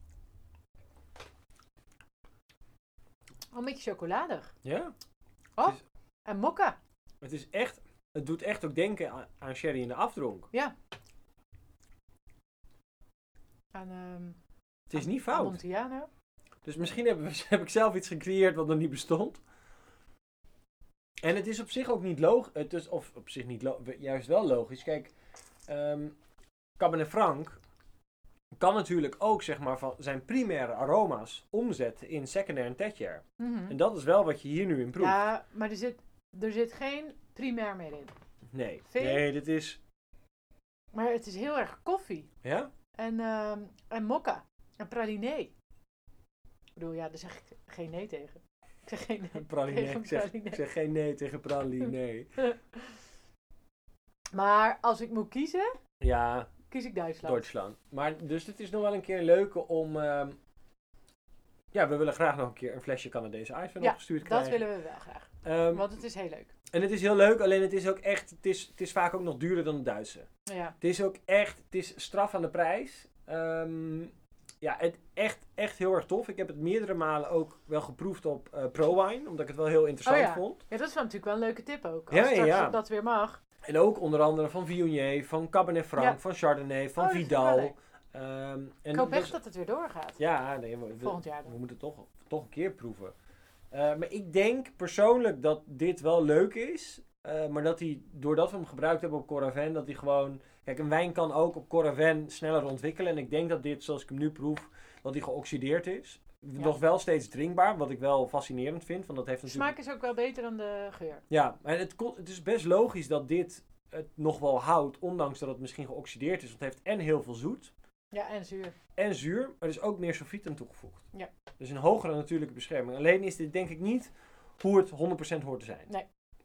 Al een beetje chocoladig. Ja. Oh, is, en mokka. Het is echt... Het doet echt ook denken aan, aan sherry in de afdronk. Ja. Aan, um, het is niet fout. Amontillado. Dus misschien heb, heb ik zelf iets gecreëerd wat nog niet bestond. En het is op zich ook niet logisch. Het is of op zich niet lo- juist wel logisch. Kijk, um, Cabernet Franc kan natuurlijk ook zeg maar van zijn primaire aroma's omzetten in secundair en tertiair. Mm-hmm. En dat is wel wat je hier nu in proeft. Ja, maar er zit, er zit geen primair meer in. Nee, Vind je? nee, dit is... Maar het is heel erg koffie. Ja? En, um, en mokka. En praliné. Ik bedoel, ja, daar zeg ik geen nee tegen. Ik zeg geen nee praliné. tegen Ik zeg, praliné. ik zeg geen nee tegen praliné. Maar als ik moet kiezen, ja, kies ik Duitsland. Duitsland. Maar dus het is nog wel een keer een leuke om... Uh, ja, we willen graag nog een keer een flesje Canadese ijswijn Ja, opgestuurd dat krijgen. willen we wel graag. Um, Want het is heel leuk. en het is heel leuk, alleen het is ook echt, het is, het is vaak ook nog duurder dan het Duitse. Ja. Het is ook echt, het is straf aan de prijs. Um, ja, het echt, echt heel erg tof. Ik heb het meerdere malen ook wel geproefd op uh, ProWine, omdat ik het wel heel interessant Oh ja. vond. Ja, dat is wel natuurlijk wel een leuke tip ook. Als Ja, ja, straks ja. dat weer mag. En ook onder andere van Viognier, van Cabernet Franc, Ja. van Chardonnay, van Oh, dat vind ik wel Vidal. leuk. Um, en Ik hoop dat echt is- dat het weer doorgaat. Ja, nee, we, we, Volgend jaar dan. we moeten het toch, toch een keer proeven. Uh, maar ik denk persoonlijk dat dit wel leuk is. Uh, maar dat hij, doordat we hem gebruikt hebben op Coravin, dat hij gewoon... Kijk, een wijn kan ook op Coravin sneller ontwikkelen. En ik denk dat dit, zoals ik hem nu proef, dat hij geoxideerd is. Ja. Nog wel steeds drinkbaar, wat ik wel fascinerend vind. Want dat heeft De natuurlijk... smaak is ook wel beter dan de geur. Ja, maar het, kon- het is best logisch dat dit het nog wel houdt, ondanks dat het misschien geoxideerd is. Want het heeft en heel veel zoet Ja, en zuur. en zuur, maar er is ook meer sulfiet aan toegevoegd. Ja. Dus een hogere natuurlijke bescherming. Alleen is dit denk ik niet hoe het honderd procent hoort te zijn. Nee.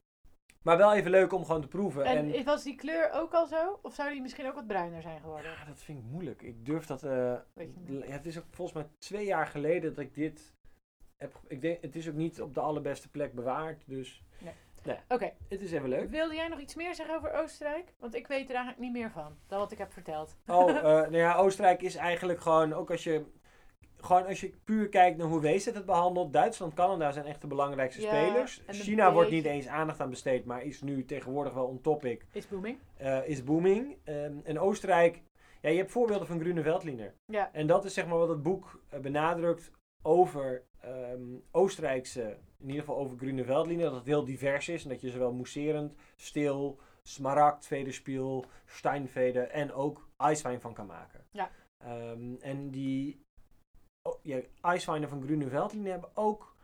Maar wel even leuk om gewoon te proeven. En, En, was die kleur ook al zo? Of zou die misschien ook wat bruiner zijn geworden? ja, dat vind ik moeilijk. Ik durf dat... uh, Weet je niet. ja, het is ook volgens mij twee jaar geleden dat ik dit heb... Ik denk, het is ook niet op de allerbeste plek bewaard, dus... Nee. Nee, Oké. het is even leuk. Wilde jij nog iets meer zeggen over Oostenrijk? Want ik weet er eigenlijk niet meer van dan wat ik heb verteld. Oh, uh, nou ja, Oostenrijk is eigenlijk gewoon, ook als je, gewoon als je puur kijkt naar hoe Wees het behandelt. Duitsland, Canada zijn echt de belangrijkste Ja, spelers. en een China wordt niet beetje- eens aandacht aan besteed, maar is nu tegenwoordig wel on topic. Is booming. Uh, is booming. Um, en Oostenrijk, ja, je hebt voorbeelden van Grüne Veltliner. Ja. En dat is zeg maar wat het boek uh, benadrukt over um, Oostenrijkse, in ieder geval over Grüne Veltliner, dat het heel divers is en dat je zowel mousserend, stil, smaragd, vederspiel, steinvede en ook ijswijn van kan maken. Ja. Um, en die oh, ja, ijswijnen van Grüne Veltliner hebben ook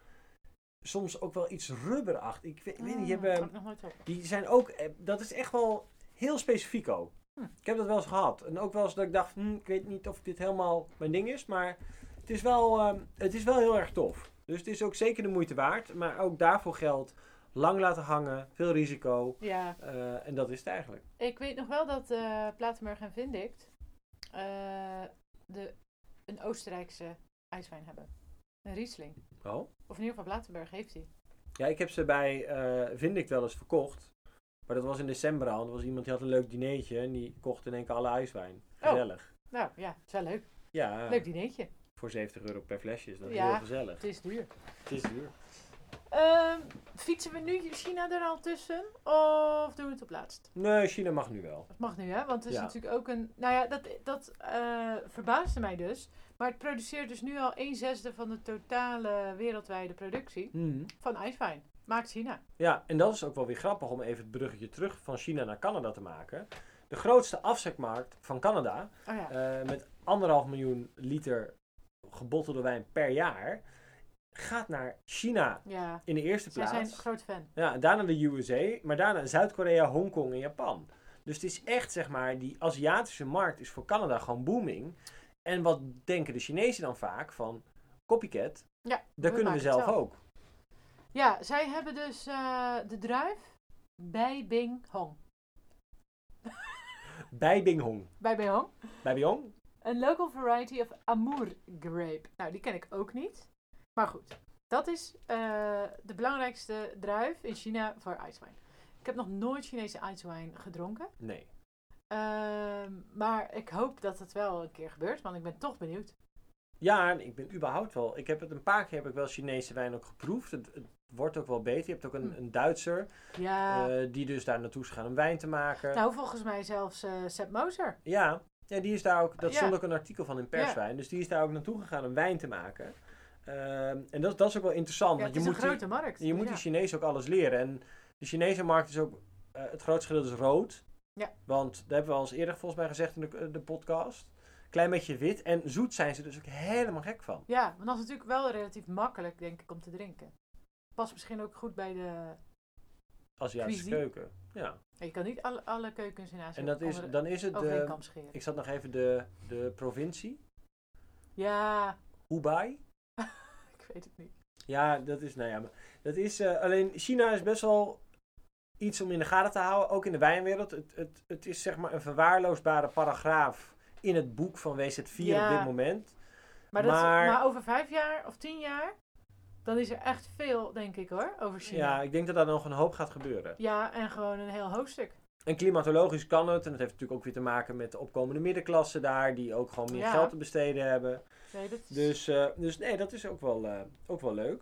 soms ook wel iets rubberachtig. Ik weet, ik weet niet, die, Mm, hebben, kan ik nog nooit op. die zijn ook, eh, dat is echt wel heel specifiek ook. Hm. Ik heb dat wel eens gehad. En ook wel eens dat ik dacht, hm, ik weet niet of dit helemaal mijn ding is, maar het is wel, um, het is wel heel erg tof. Dus het is ook zeker de moeite waard. Maar ook daarvoor geldt lang laten hangen, veel risico. Ja, Uh, en dat is het eigenlijk. ik weet nog wel dat uh, Platenburg en Vindict uh, de, een Oostenrijkse ijswijn hebben. Een Riesling. Oh? Of in ieder geval Platenburg heeft die. Ja, ik heb ze bij uh, Vindict wel eens verkocht. Maar dat was in december al. Er was iemand die had een leuk dineetje en die kocht in één keer alle ijswijn. Gezellig. Oh, nou ja, het is wel leuk. Ja, Leuk dineetje. voor zeventig euro per flesje is dat Ja, heel gezellig. Het is duur. Het is duur. Uh, fietsen we nu China er al tussen? Of doen we het op laatst? Nee, China mag nu wel. Dat mag nu, hè? Want het is Ja. natuurlijk ook een... Nou ja, dat, dat uh, verbaasde mij dus. Maar het produceert dus nu al een zesde van de totale wereldwijde productie Mm. van ijswijn. Maakt China. Ja, en dat is ook wel weer grappig om even het bruggetje terug van China naar Canada te maken. De grootste afzetmarkt van Canada, Oh ja. uh, met anderhalf miljoen liter gebottelde wijn per jaar, gaat naar China Ja. in de eerste Zij plaats. zijn een groot fan. Ja, daarna de U S A, maar daarna Zuid-Korea, Hongkong en Japan. Dus het is echt, zeg maar, die Aziatische markt is voor Canada gewoon booming. En wat denken de Chinezen dan vaak van copycat? Ja, Dat kunnen we maken zelf het ook. Ja, zij hebben dus uh, de druif bij Bing Hong. Bij Binghong. Bij Bing Hong. Bij Binghong? Een local variety of Amour grape. Nou, die ken ik ook niet. Maar goed, dat is uh, de belangrijkste druif in China voor ijswijn. Ik heb nog nooit Chinese ijswijn gedronken. Nee. Uh, maar ik hoop dat het wel een keer gebeurt, want ik ben toch benieuwd. Ja, en ik ben überhaupt wel. Ik heb het een paar keer heb ik wel Chinese wijn ook geproefd. Het, het wordt ook wel beter. Je hebt ook een, een Duitser Ja. uh, die dus daar naartoe is gegaan om wijn te maken. Nou, volgens mij zelfs uh, Sepp Moser. Ja. Ja, die is daar ook. Dat Ja. stond ook een artikel van in Perswijn. Ja. Dus die is daar ook naartoe gegaan om wijn te maken. Uh, en dat, dat is ook wel interessant. Ja, want het je is moet een grote die, markt. Je dus moet ja. die Chinezen ook alles leren. En de Chinese markt is ook. Uh, het grootste gedeelte is rood. Ja. Want dat hebben we al eens eerder volgens mij gezegd in de, de podcast. Klein beetje wit. En zoet zijn ze dus ook helemaal gek van. Ja, maar dat is natuurlijk wel relatief makkelijk, denk ik, om te drinken. Past misschien ook goed bij de... Aziatische Cuisine. keuken. Ja. Ja, je kan niet alle, alle keukens in Azië En dat is, over, dan is het over één de... kam scheren. Ik zat nog even de, de provincie. Ja, Hubei. ik weet het niet. Ja, dat is, nou ja, maar dat is, uh, alleen China is best wel iets om in de gaten te houden, ook in de wijnwereld. Het, het, het is zeg maar een verwaarloosbare paragraaf in het boek van W Z vier Ja. op dit moment. Maar, dat, Maar- maar over vijf jaar of tien jaar, dan is er echt veel, denk ik hoor, over China. Ja, ik denk dat daar nog een hoop gaat gebeuren. Ja, en gewoon een heel hoofdstuk. En klimatologisch kan het. En dat heeft natuurlijk ook weer te maken met de opkomende middenklasse daar. Die ook gewoon meer Ja. geld te besteden hebben. Nee, dat is... Dus, eh, dus nee, dat is ook wel, eh, ook wel leuk.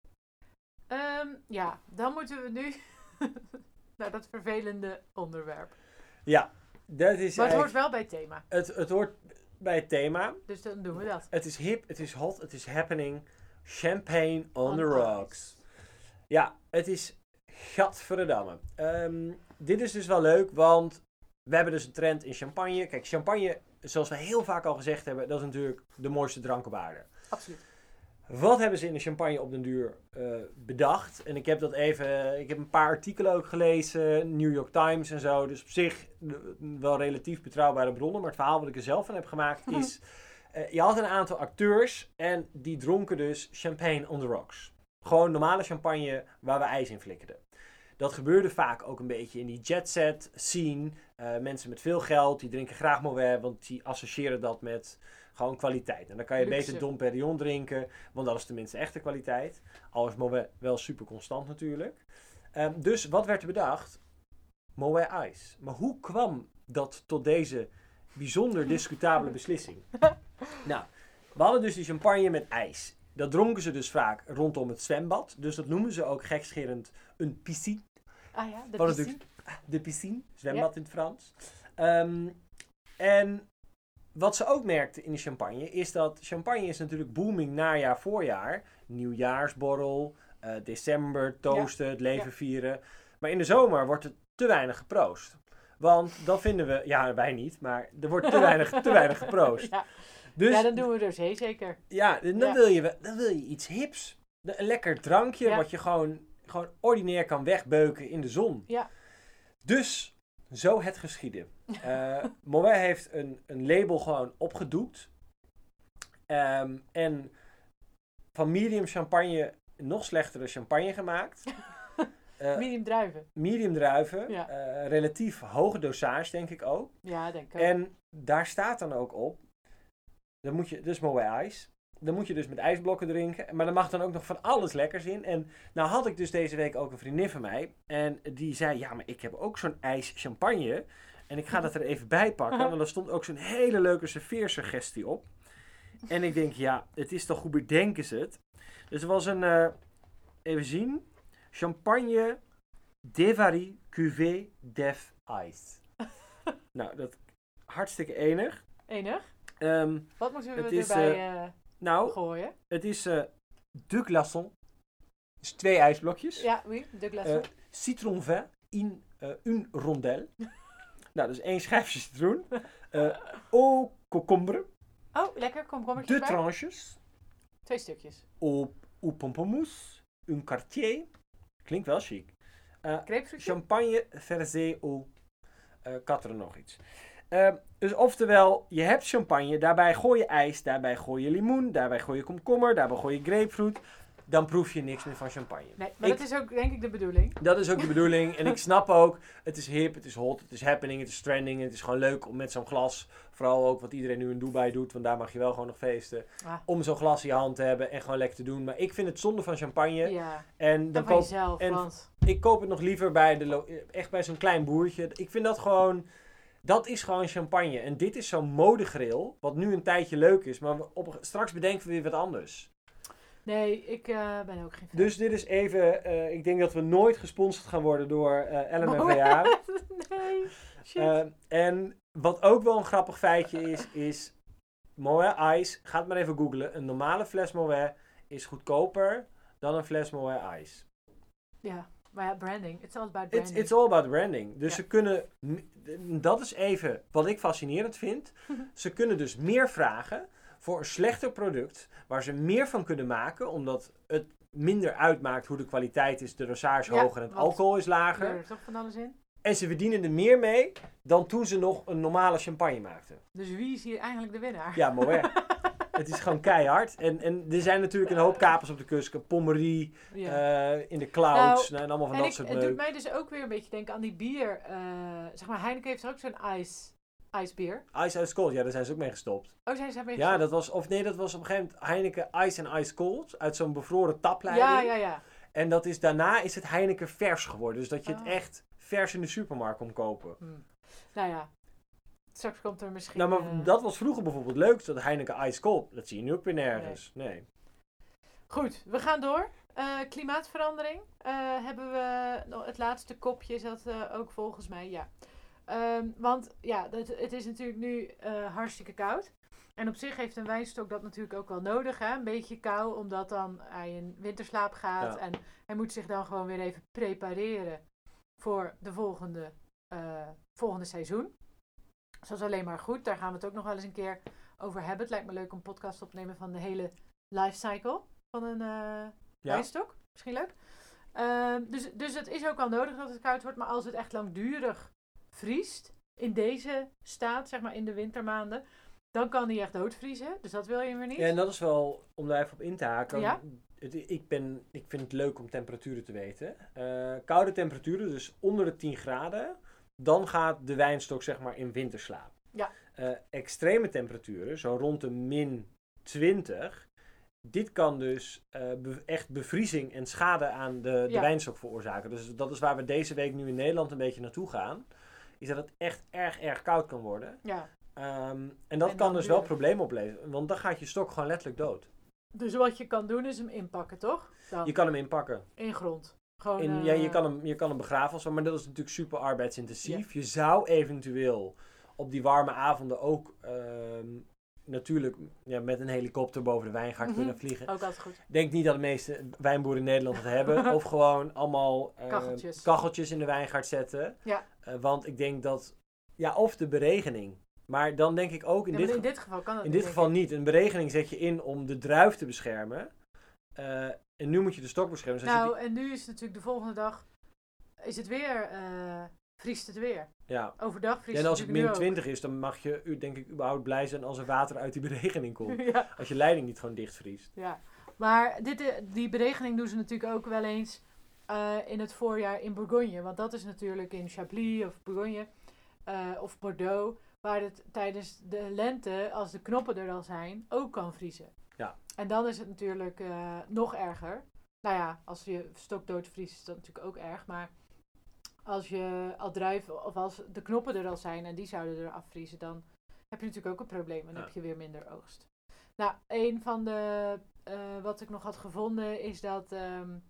Ehm, ja, dan moeten we nu naar dat vervelende onderwerp. Ja, dat is Maar het hoort eigenlijk- wel bij het thema. het, het hoort bij het thema. Dus dan doen we dat. Het is hip, het is hot, het is happening. Champagne on, On the ice. rocks. Ja, het is gadverdamme. Ehm dit is dus wel leuk, want we hebben dus een trend in champagne. Kijk, champagne, zoals we heel vaak al gezegd hebben, dat is natuurlijk de mooiste drank op aarde. Absoluut. Wat hebben ze in de champagne op den duur eh, bedacht? En ik heb dat even, ik heb een paar artikelen ook gelezen, New York Times en zo. Dus op zich eh, wel relatief betrouwbare bronnen. Maar het verhaal wat ik er zelf van heb gemaakt is, eh, je had een aantal acteurs en die dronken dus champagne on the rocks. Gewoon normale champagne waar we ijs in flikkerden. Dat gebeurde vaak ook een beetje in die jetset scene. Uh, mensen met veel geld, die drinken graag Moet, want die associëren dat met gewoon kwaliteit. En dan kan je Luxe. beter Dom Perignon drinken, want dat is tenminste echte kwaliteit. Al is Moet wel super constant natuurlijk. Um, dus wat werd er bedacht? Moet Ice. Maar hoe kwam dat tot deze bijzonder discutabele beslissing? Nou, we hadden dus die champagne met ijs. Dat dronken ze dus vaak rondom het zwembad. Dus dat noemen ze ook gekscherend een piscine. Ah ja, de Wat piscine. natuurlijk- De piscine, zwembad in het Frans. Um, en wat ze ook merkten in de champagne is dat champagne is natuurlijk booming najaar, voorjaar. Nieuwjaarsborrel, uh, december, toosten, het leven Ja. vieren. Maar in de zomer wordt er te weinig geproost. Want dan vinden we, ja wij niet, maar er wordt te weinig, te weinig geproost. Ja. Dus ja, dan doen we er zee zeker. ja, dan, Ja. Wil je, dan wil je iets hips. Een lekker drankje Ja. wat je gewoon, gewoon ordinair kan wegbeuken in de zon. Ja. Dus, zo het geschieden. Uh, Moet heeft een, een label gewoon opgedoekt. Um, en van medium champagne nog slechtere champagne gemaakt. Uh, Medium druiven. medium druiven. Ja. Uh, relatief hoge dosage, denk ik ook. Ja, denk ik ook. En daar staat dan ook op. Dan moet je, dus Moet Ice. Dan moet je dus met ijsblokken drinken. Maar er mag dan ook nog van alles lekkers in. En nou had ik dus deze week ook een vriendin van mij. En die zei, ja, maar ik heb ook zo'n ijs champagne. En ik ga dat er even bij pakken. Want er stond ook zo'n hele leuke serveersuggestie op. En ik denk, ja, het is toch hoe bedenken ze het. Dus er was een, uh, even zien. Champagne Devary Cuvée Def Ice. Nou, dat hartstikke enig. Enig. Um, Wat moeten we het is, erbij uh, nou, gooien? het is uh, de glaçon. Dus twee ijsblokjes. Ja, oui, de glaçon. Uh, citron vin in uh, une rondelle. Nou, dus één schijfje citroen. Uh, au concombre. Oh, lekker. Komkommertjes Deux erbij. tranches. Twee stukjes. Au, au pamplemousse. Un quartier. Klinkt wel chic. Uh, Grapefruitje. champagne versé au uh, quatre nog iets. Uh, dus oftewel, je hebt champagne, daarbij gooi je ijs, daarbij gooi je limoen, daarbij gooi je komkommer, daarbij gooi je grapefruit. Dan proef je niks meer van champagne. Nee, maar Ik- dat is ook denk ik de bedoeling. Dat is ook de bedoeling. En ik snap ook, het is hip, het is hot, het is happening, het is trending. En het is gewoon leuk om met zo'n glas, vooral ook wat iedereen nu in Dubai doet, want daar mag je wel gewoon nog feesten. Ah. Om zo'n glas in je hand te hebben en gewoon lekker te doen. Maar ik vind het zonde van champagne. Ja, En dan dan van koop, jezelf. en- Want ik koop het nog liever bij de lo- echt bij zo'n klein boertje. Ik vind dat gewoon, dat is gewoon champagne. En dit is zo'n modegril, wat nu een tijdje leuk is. Maar we op, straks bedenken we weer wat anders. nee, ik uh, ben ook geen fan. Dus dit is even, uh, ik denk dat we nooit gesponsord gaan worden door uh, L M F V A. nee, shit. Uh, en wat ook wel een grappig feitje is, is Moet Ice, ga het maar even googlen. Een normale fles Moet is goedkoper dan een fles Moet Ice. ja, maar ja, branding. It's all about It's, branding. it's all about branding. Dus Ja. ze kunnen, m- dat is even wat ik fascinerend vind. Ze kunnen dus meer vragen voor een slechter product, waar ze meer van kunnen maken, omdat het minder uitmaakt hoe de kwaliteit is, de dosage Ja, hoger en het want- alcohol is Er lager. is toch van alles in. En ze verdienen er meer mee dan toen ze nog een normale champagne maakten. Dus wie is hier eigenlijk de winnaar? Ja, Moet. Het is gewoon keihard. En, en er zijn natuurlijk een hoop kapers op de kust. Pommerie, Ja. uh, in de clouds, Nou, nou, en allemaal van en dat ik, soort het doet leuk. mij dus ook weer een beetje denken aan die bier. eh, zeg maar, Heineken heeft er ook zo'n ice ijsbier. Ice Ice Cold, ja, daar zijn ze ook mee gestopt. Oh, zijn ze daarmee Ja, dat was, of nee, dat was op een gegeven moment Heineken Ice en Ice Cold. Uit zo'n bevroren tapleiding. Ja, ja, ja. En dat is, daarna is het Heineken vers geworden. Dus dat je Oh. het echt vers in de supermarkt kon kopen. Hm. Nou ja, straks komt er misschien... Nou, maar uh... dat was vroeger bijvoorbeeld leuk. Dat Heineken Ice Cold. Dat zie je nu ook weer nergens. Nee. nee. Goed, we gaan door. Uh, klimaatverandering. Uh, hebben we nog het laatste kopje, is dat uh, ook volgens mij, ja. Um, want ja, het, het is natuurlijk nu uh, hartstikke koud. En op zich heeft een wijnstok dat natuurlijk ook wel nodig, hè? Een beetje kou, omdat dan hij in winterslaap gaat. Ja. En hij moet zich dan gewoon weer even prepareren voor de volgende, uh, volgende seizoen. Dus dat is alleen maar goed. Daar gaan we het ook nog wel eens een keer over hebben. Het lijkt me leuk om een podcast op te nemen van de hele lifecycle van een uh, ja. wijnstok. Misschien leuk. Uh, dus, dus het is ook wel nodig dat het koud wordt. Maar als het echt langdurig vriest, in deze staat, zeg maar in de wintermaanden, dan kan die echt doodvriezen. Dus dat wil je weer niet. Ja, en dat is wel, om daar even op in te haken. Ja? Het, ik, ben, ik vind het leuk om temperaturen te weten. Uh, koude temperaturen, dus onder de tien graden, dan gaat de wijnstok zeg maar in winterslaap. Ja. Uh, extreme temperaturen, zo rond de min twintig, dit kan dus uh, be- echt bevriezing en schade aan de, de ja. wijnstok veroorzaken. Dus dat is waar we deze week nu in Nederland een beetje naartoe gaan. Is dat het echt erg, erg koud kan worden. Ja. Um, en dat en kan dus duur. wel problemen opleveren. Want dan gaat je stok gewoon letterlijk dood. Dus wat je kan doen is hem inpakken, toch? Dan. Je kan hem inpakken. In grond. Gewoon, In, uh... ja, je, kan hem, je kan hem begraven of zo, maar dat is natuurlijk super arbeidsintensief. Ja. Je zou eventueel op die warme avonden ook um, natuurlijk ja, met een helikopter boven de wijngaard mm-hmm. kunnen vliegen. Ook altijd goed. Ik denk niet dat de meeste wijnboeren in Nederland het hebben. Of gewoon allemaal uh, kacheltjes. kacheltjes in de wijngaard zetten. Ja. Uh, want ik denk dat... Ja, of de beregening. Maar dan denk ik ook... In, ja, dit, in ge- dit geval kan het In dit geval niet. Een beregening zet je in om de druif te beschermen. Uh, en nu moet je de stok beschermen. Dus nou, die... en nu is het natuurlijk de volgende dag... Is het weer... Uh, vriest het weer. Ja. Overdag vriest ja, en als het het min twintig is, dan mag je denk ik überhaupt blij zijn als er water uit die beregening komt. ja. Als je leiding niet gewoon dichtvriest. Ja. Maar dit, die beregening doen ze natuurlijk ook wel eens uh, in het voorjaar in Bourgogne. Want dat is natuurlijk in Chablis of Bourgogne uh, of Bordeaux, waar het tijdens de lente, als de knoppen er al zijn, ook kan vriezen. Ja. En dan is het natuurlijk uh, nog erger. Nou ja, als je stok doodvriest is dat natuurlijk ook erg. Maar als je al druiven, of als de knoppen er al zijn en die zouden er afvriezen, dan heb je natuurlijk ook een probleem. En dan ja. heb je weer minder oogst. Nou, een van de, uh, wat ik nog had gevonden, is dat um,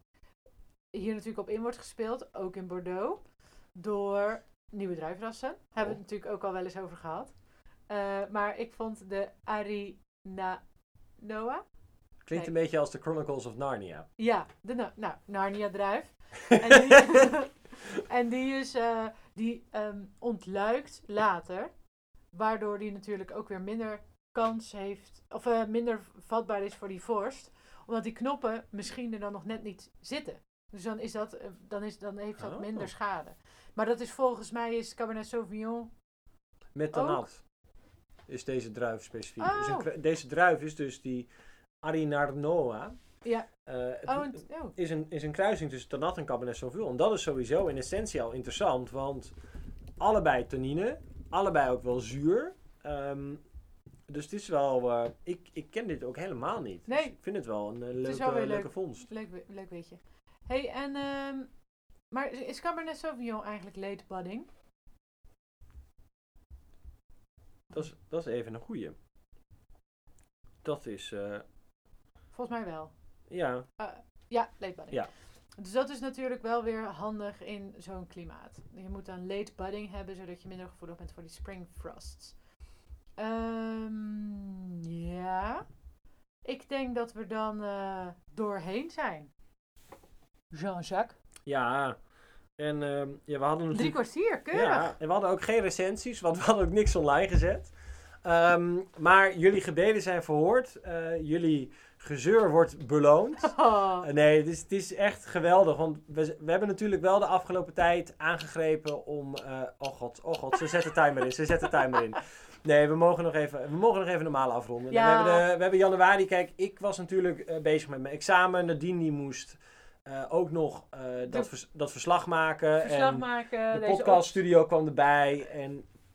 hier natuurlijk op in wordt gespeeld, ook in Bordeaux, door nieuwe druivenrassen. Daar hebben we het natuurlijk ook al wel eens over gehad. Uh, maar ik vond de Arinanoa. Klinkt nee. een beetje als de Chronicles of Narnia. Ja, de na- nou, Narnia druif. en, die, en die is, uh, die um, ontluikt later, waardoor die natuurlijk ook weer minder kans heeft, of uh, minder vatbaar is voor die vorst, omdat die knoppen misschien er dan nog net niet zitten. Dus dan, is dat, uh, dan, is, dan heeft dat oh. minder schade. Maar dat is volgens mij is Cabernet Sauvignon met tannat is deze druif specifiek. Oh. Dus een, deze druif is dus die Arinanoa. Ja. Uh, oh, en, oh. is, een, is een kruising tussen tannat en Cabernet Sauvignon. En dat is sowieso in essentie al interessant, want allebei tannine, allebei ook wel zuur. Um, dus het is wel... Uh, ik, ik ken dit ook helemaal niet. Nee. Dus ik vind het wel een uh, leuke, het is wel weer leuke leuk, vondst. Leuk, leuk weetje. Hey, en... Um, maar is Cabernet Sauvignon eigenlijk late budding? Dat is, dat is even een goeie. Dat is... Uh, Volgens mij wel. Ja. Uh, ja, late budding. Ja. Dus dat is natuurlijk wel weer handig in zo'n klimaat. Je moet dan late budding hebben, zodat je minder gevoelig bent voor die spring frosts. Um, ja. Ik denk dat we dan uh, doorheen zijn. Jean-Jacques. Ja. En uh, ja, we hadden natuurlijk... Drie kwartier, keurig. Ja, en we hadden ook geen recensies, want we hadden ook niks online gezet. Um, maar jullie gebeden zijn verhoord. Uh, jullie gezeur wordt beloond. Oh. Uh, nee, het is, het is echt geweldig. Want we, we hebben natuurlijk wel de afgelopen tijd aangegrepen om... Uh, oh god, oh god, ze zetten de timer in, ze zetten de timer in. Nee, we mogen nog even, we mogen nog even normaal afronden. Ja. We, hebben de, we hebben januari, kijk, ik was natuurlijk uh, bezig met mijn examen. Nadine die moest uh, ook nog uh, dat, vers, dat verslag maken. Verslag en maken. de deze podcaststudio kwam erbij. En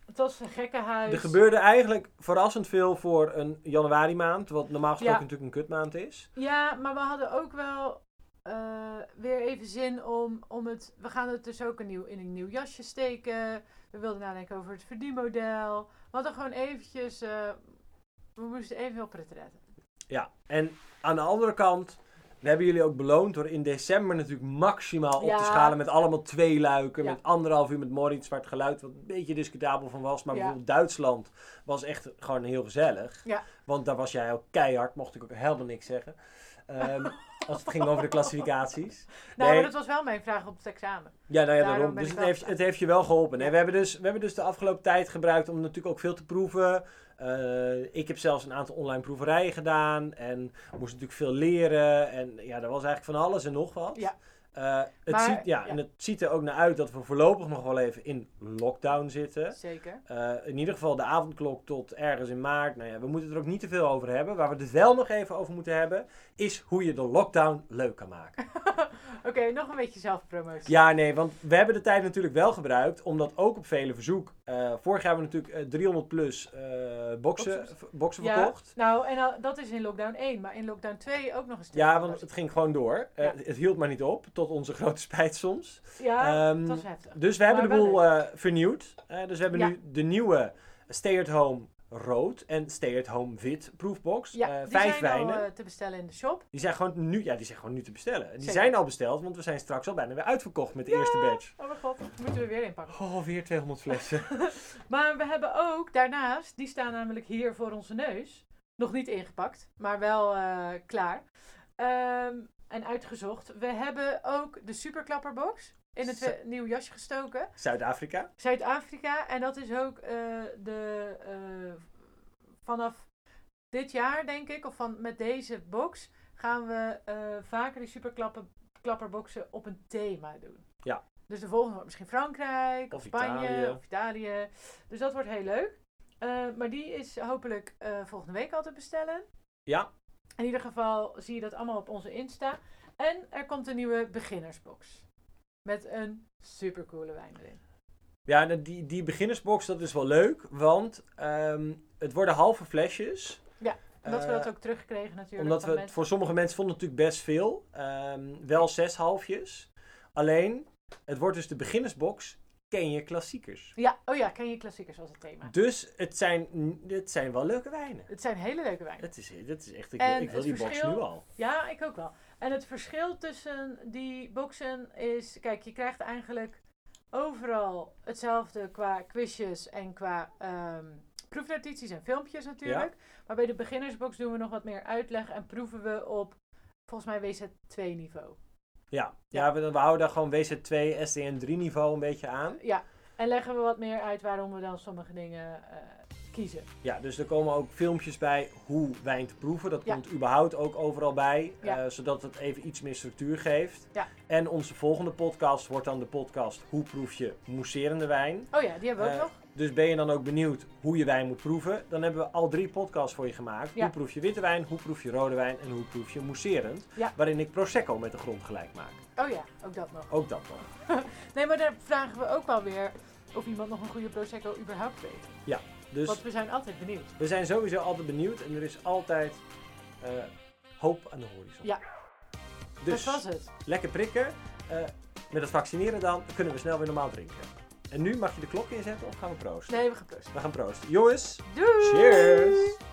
Het was een gekkenhuis. Er gebeurde eigenlijk verrassend veel voor een januari maand, wat normaal gesproken Ja. natuurlijk een kutmaand is. Ja, maar we hadden ook wel uh, weer even zin om, om het... We gaan het dus ook een nieuw, in een nieuw jasje steken. We wilden nadenken over het verdienmodel. We hadden gewoon eventjes... Uh, we moesten even op retretten. Ja, en aan de andere kant... We hebben jullie ook beloond door in december natuurlijk maximaal op Ja. te schalen met allemaal twee luiken. Ja. Met anderhalf uur met Moritz, waar het geluid wat een beetje discutabel van was. Maar Ja. bijvoorbeeld Duitsland was echt gewoon heel gezellig. Ja. Want daar was jij ook keihard, mocht ik ook helemaal niks zeggen. Um, als het ging over de klassificaties. Nou, Nee. maar dat was wel mijn vraag op het examen. Ja, nou ja, Daarom daarom. ben Dus ik het wel heeft, het heeft je wel geholpen. Nee, Ja. we, hebben dus, we hebben dus de afgelopen tijd gebruikt om natuurlijk ook veel te proeven. Uh, ik heb zelfs een aantal online proeverijen gedaan. En moest natuurlijk veel leren. En ja, er was eigenlijk van alles en nog wat. Ja. Uh, het Maar, ziet, ja, ja. En het ziet er ook naar uit dat we voorlopig nog wel even in lockdown zitten. Zeker. Uh, in ieder geval de avondklok tot ergens in maart. Nou ja, we moeten er ook niet te veel over hebben. Waar we het wel nog even over moeten hebben, is hoe je de lockdown leuk kan maken. Oké, okay, nog een beetje zelfpromotie. Ja, nee, want we hebben de tijd natuurlijk wel gebruikt, omdat ook op vele verzoek. Uh, vorig jaar hebben we natuurlijk uh, driehonderd plus uh, boxen, v- boxen ja, verkocht. Nou, en al, dat is in lockdown één, maar in lockdown twee ook nog een stuk. Ja, want het ging gewoon door. Uh, Ja. Het hield maar niet op, tot onze grote spijt soms. Ja, Um, dat is heftig. Dus we hebben Maar de wel boel uh, vernieuwd. Uh, dus we hebben Ja. nu de nieuwe Stay at Home rood en Stay at Home wit proefbox. Ja, Uh, die vijf zijn wijnen. al uh, te bestellen in de shop. Die zijn gewoon nu, ja, die zijn gewoon nu te bestellen. Die Zeker. zijn al besteld, want we zijn straks al bijna weer uitverkocht met de Ja. eerste batch. Oh mijn god, dat moeten we weer inpakken. Oh, weer tweehonderd flessen. Maar we hebben ook daarnaast, die staan namelijk hier voor onze neus. Nog niet ingepakt, maar wel uh, klaar. Um, en uitgezocht. We hebben ook de superklapperbox in het Zo. nieuw jasje gestoken. Zuid-Afrika. Zuid-Afrika. En dat is ook uh, de... Uh, vanaf dit jaar, denk ik, of van met deze box, gaan we uh, vaker die superklapperboxen op een thema doen. Ja. Dus de volgende wordt misschien Frankrijk, of, Of Spanje, Italië. of Italië. Dus dat wordt heel leuk. Uh, maar die is hopelijk uh, volgende week al te bestellen. Ja. In ieder geval zie je dat allemaal op onze Insta. En er komt een nieuwe beginnersbox. Met een supercoole wijn erin. Ja, die, die beginnersbox, dat is wel leuk, want um, het worden halve flesjes. Ja, omdat uh, we dat ook terugkregen natuurlijk. Omdat we, mensen. voor sommige mensen vonden het natuurlijk best veel. Um, wel zes halfjes. Alleen, het wordt dus de beginnersbox, ken je klassiekers. Ja, oh ja, ken je klassiekers als het thema. Dus het zijn, het zijn wel leuke wijnen. Het zijn hele leuke wijnen. Het is, het is echt, ik, En ik wil die verschil, box nu al. Ja, ik ook wel. En het verschil tussen die boxen is, kijk, je krijgt eigenlijk overal hetzelfde qua quizjes en qua um, proefnotities en filmpjes natuurlijk. Ja. Maar bij de beginnersbox doen we nog wat meer uitleg en proeven we op, volgens mij W Z twee niveau. Ja, ja. ja we, we houden daar gewoon W Z twee, S D N drie niveau een beetje aan. Ja, en leggen we wat meer uit waarom we dan sommige dingen uh, kiezen. Ja, dus er komen ook filmpjes bij hoe wijn te proeven. Dat ja. komt überhaupt ook overal bij, ja. uh, zodat het even iets meer structuur geeft. Ja. En onze volgende podcast wordt dan de podcast Hoe proef je mousserende wijn. Oh ja, die hebben we uh, ook nog. Dus ben je dan ook benieuwd hoe je wijn moet proeven? Dan hebben we al drie podcasts voor je gemaakt. Ja. Hoe proef je witte wijn, hoe proef je rode wijn en hoe proef je mousserend. Ja. Waarin ik Prosecco met de grond gelijk maak. Oh ja, ook dat nog. Ook dat nog. Nee, maar daar vragen we ook wel weer of iemand nog een goede Prosecco überhaupt weet. Ja. Dus want we zijn altijd benieuwd. We zijn sowieso altijd benieuwd en er is altijd uh, hoop aan de horizon. Ja, dus, dat was het. Lekker prikken. Uh, met het vaccineren dan kunnen we snel weer normaal drinken. En nu mag je de klok inzetten of gaan we proosten? Nee, we gaan proosten. We gaan proosten. Jongens, doei! Cheers!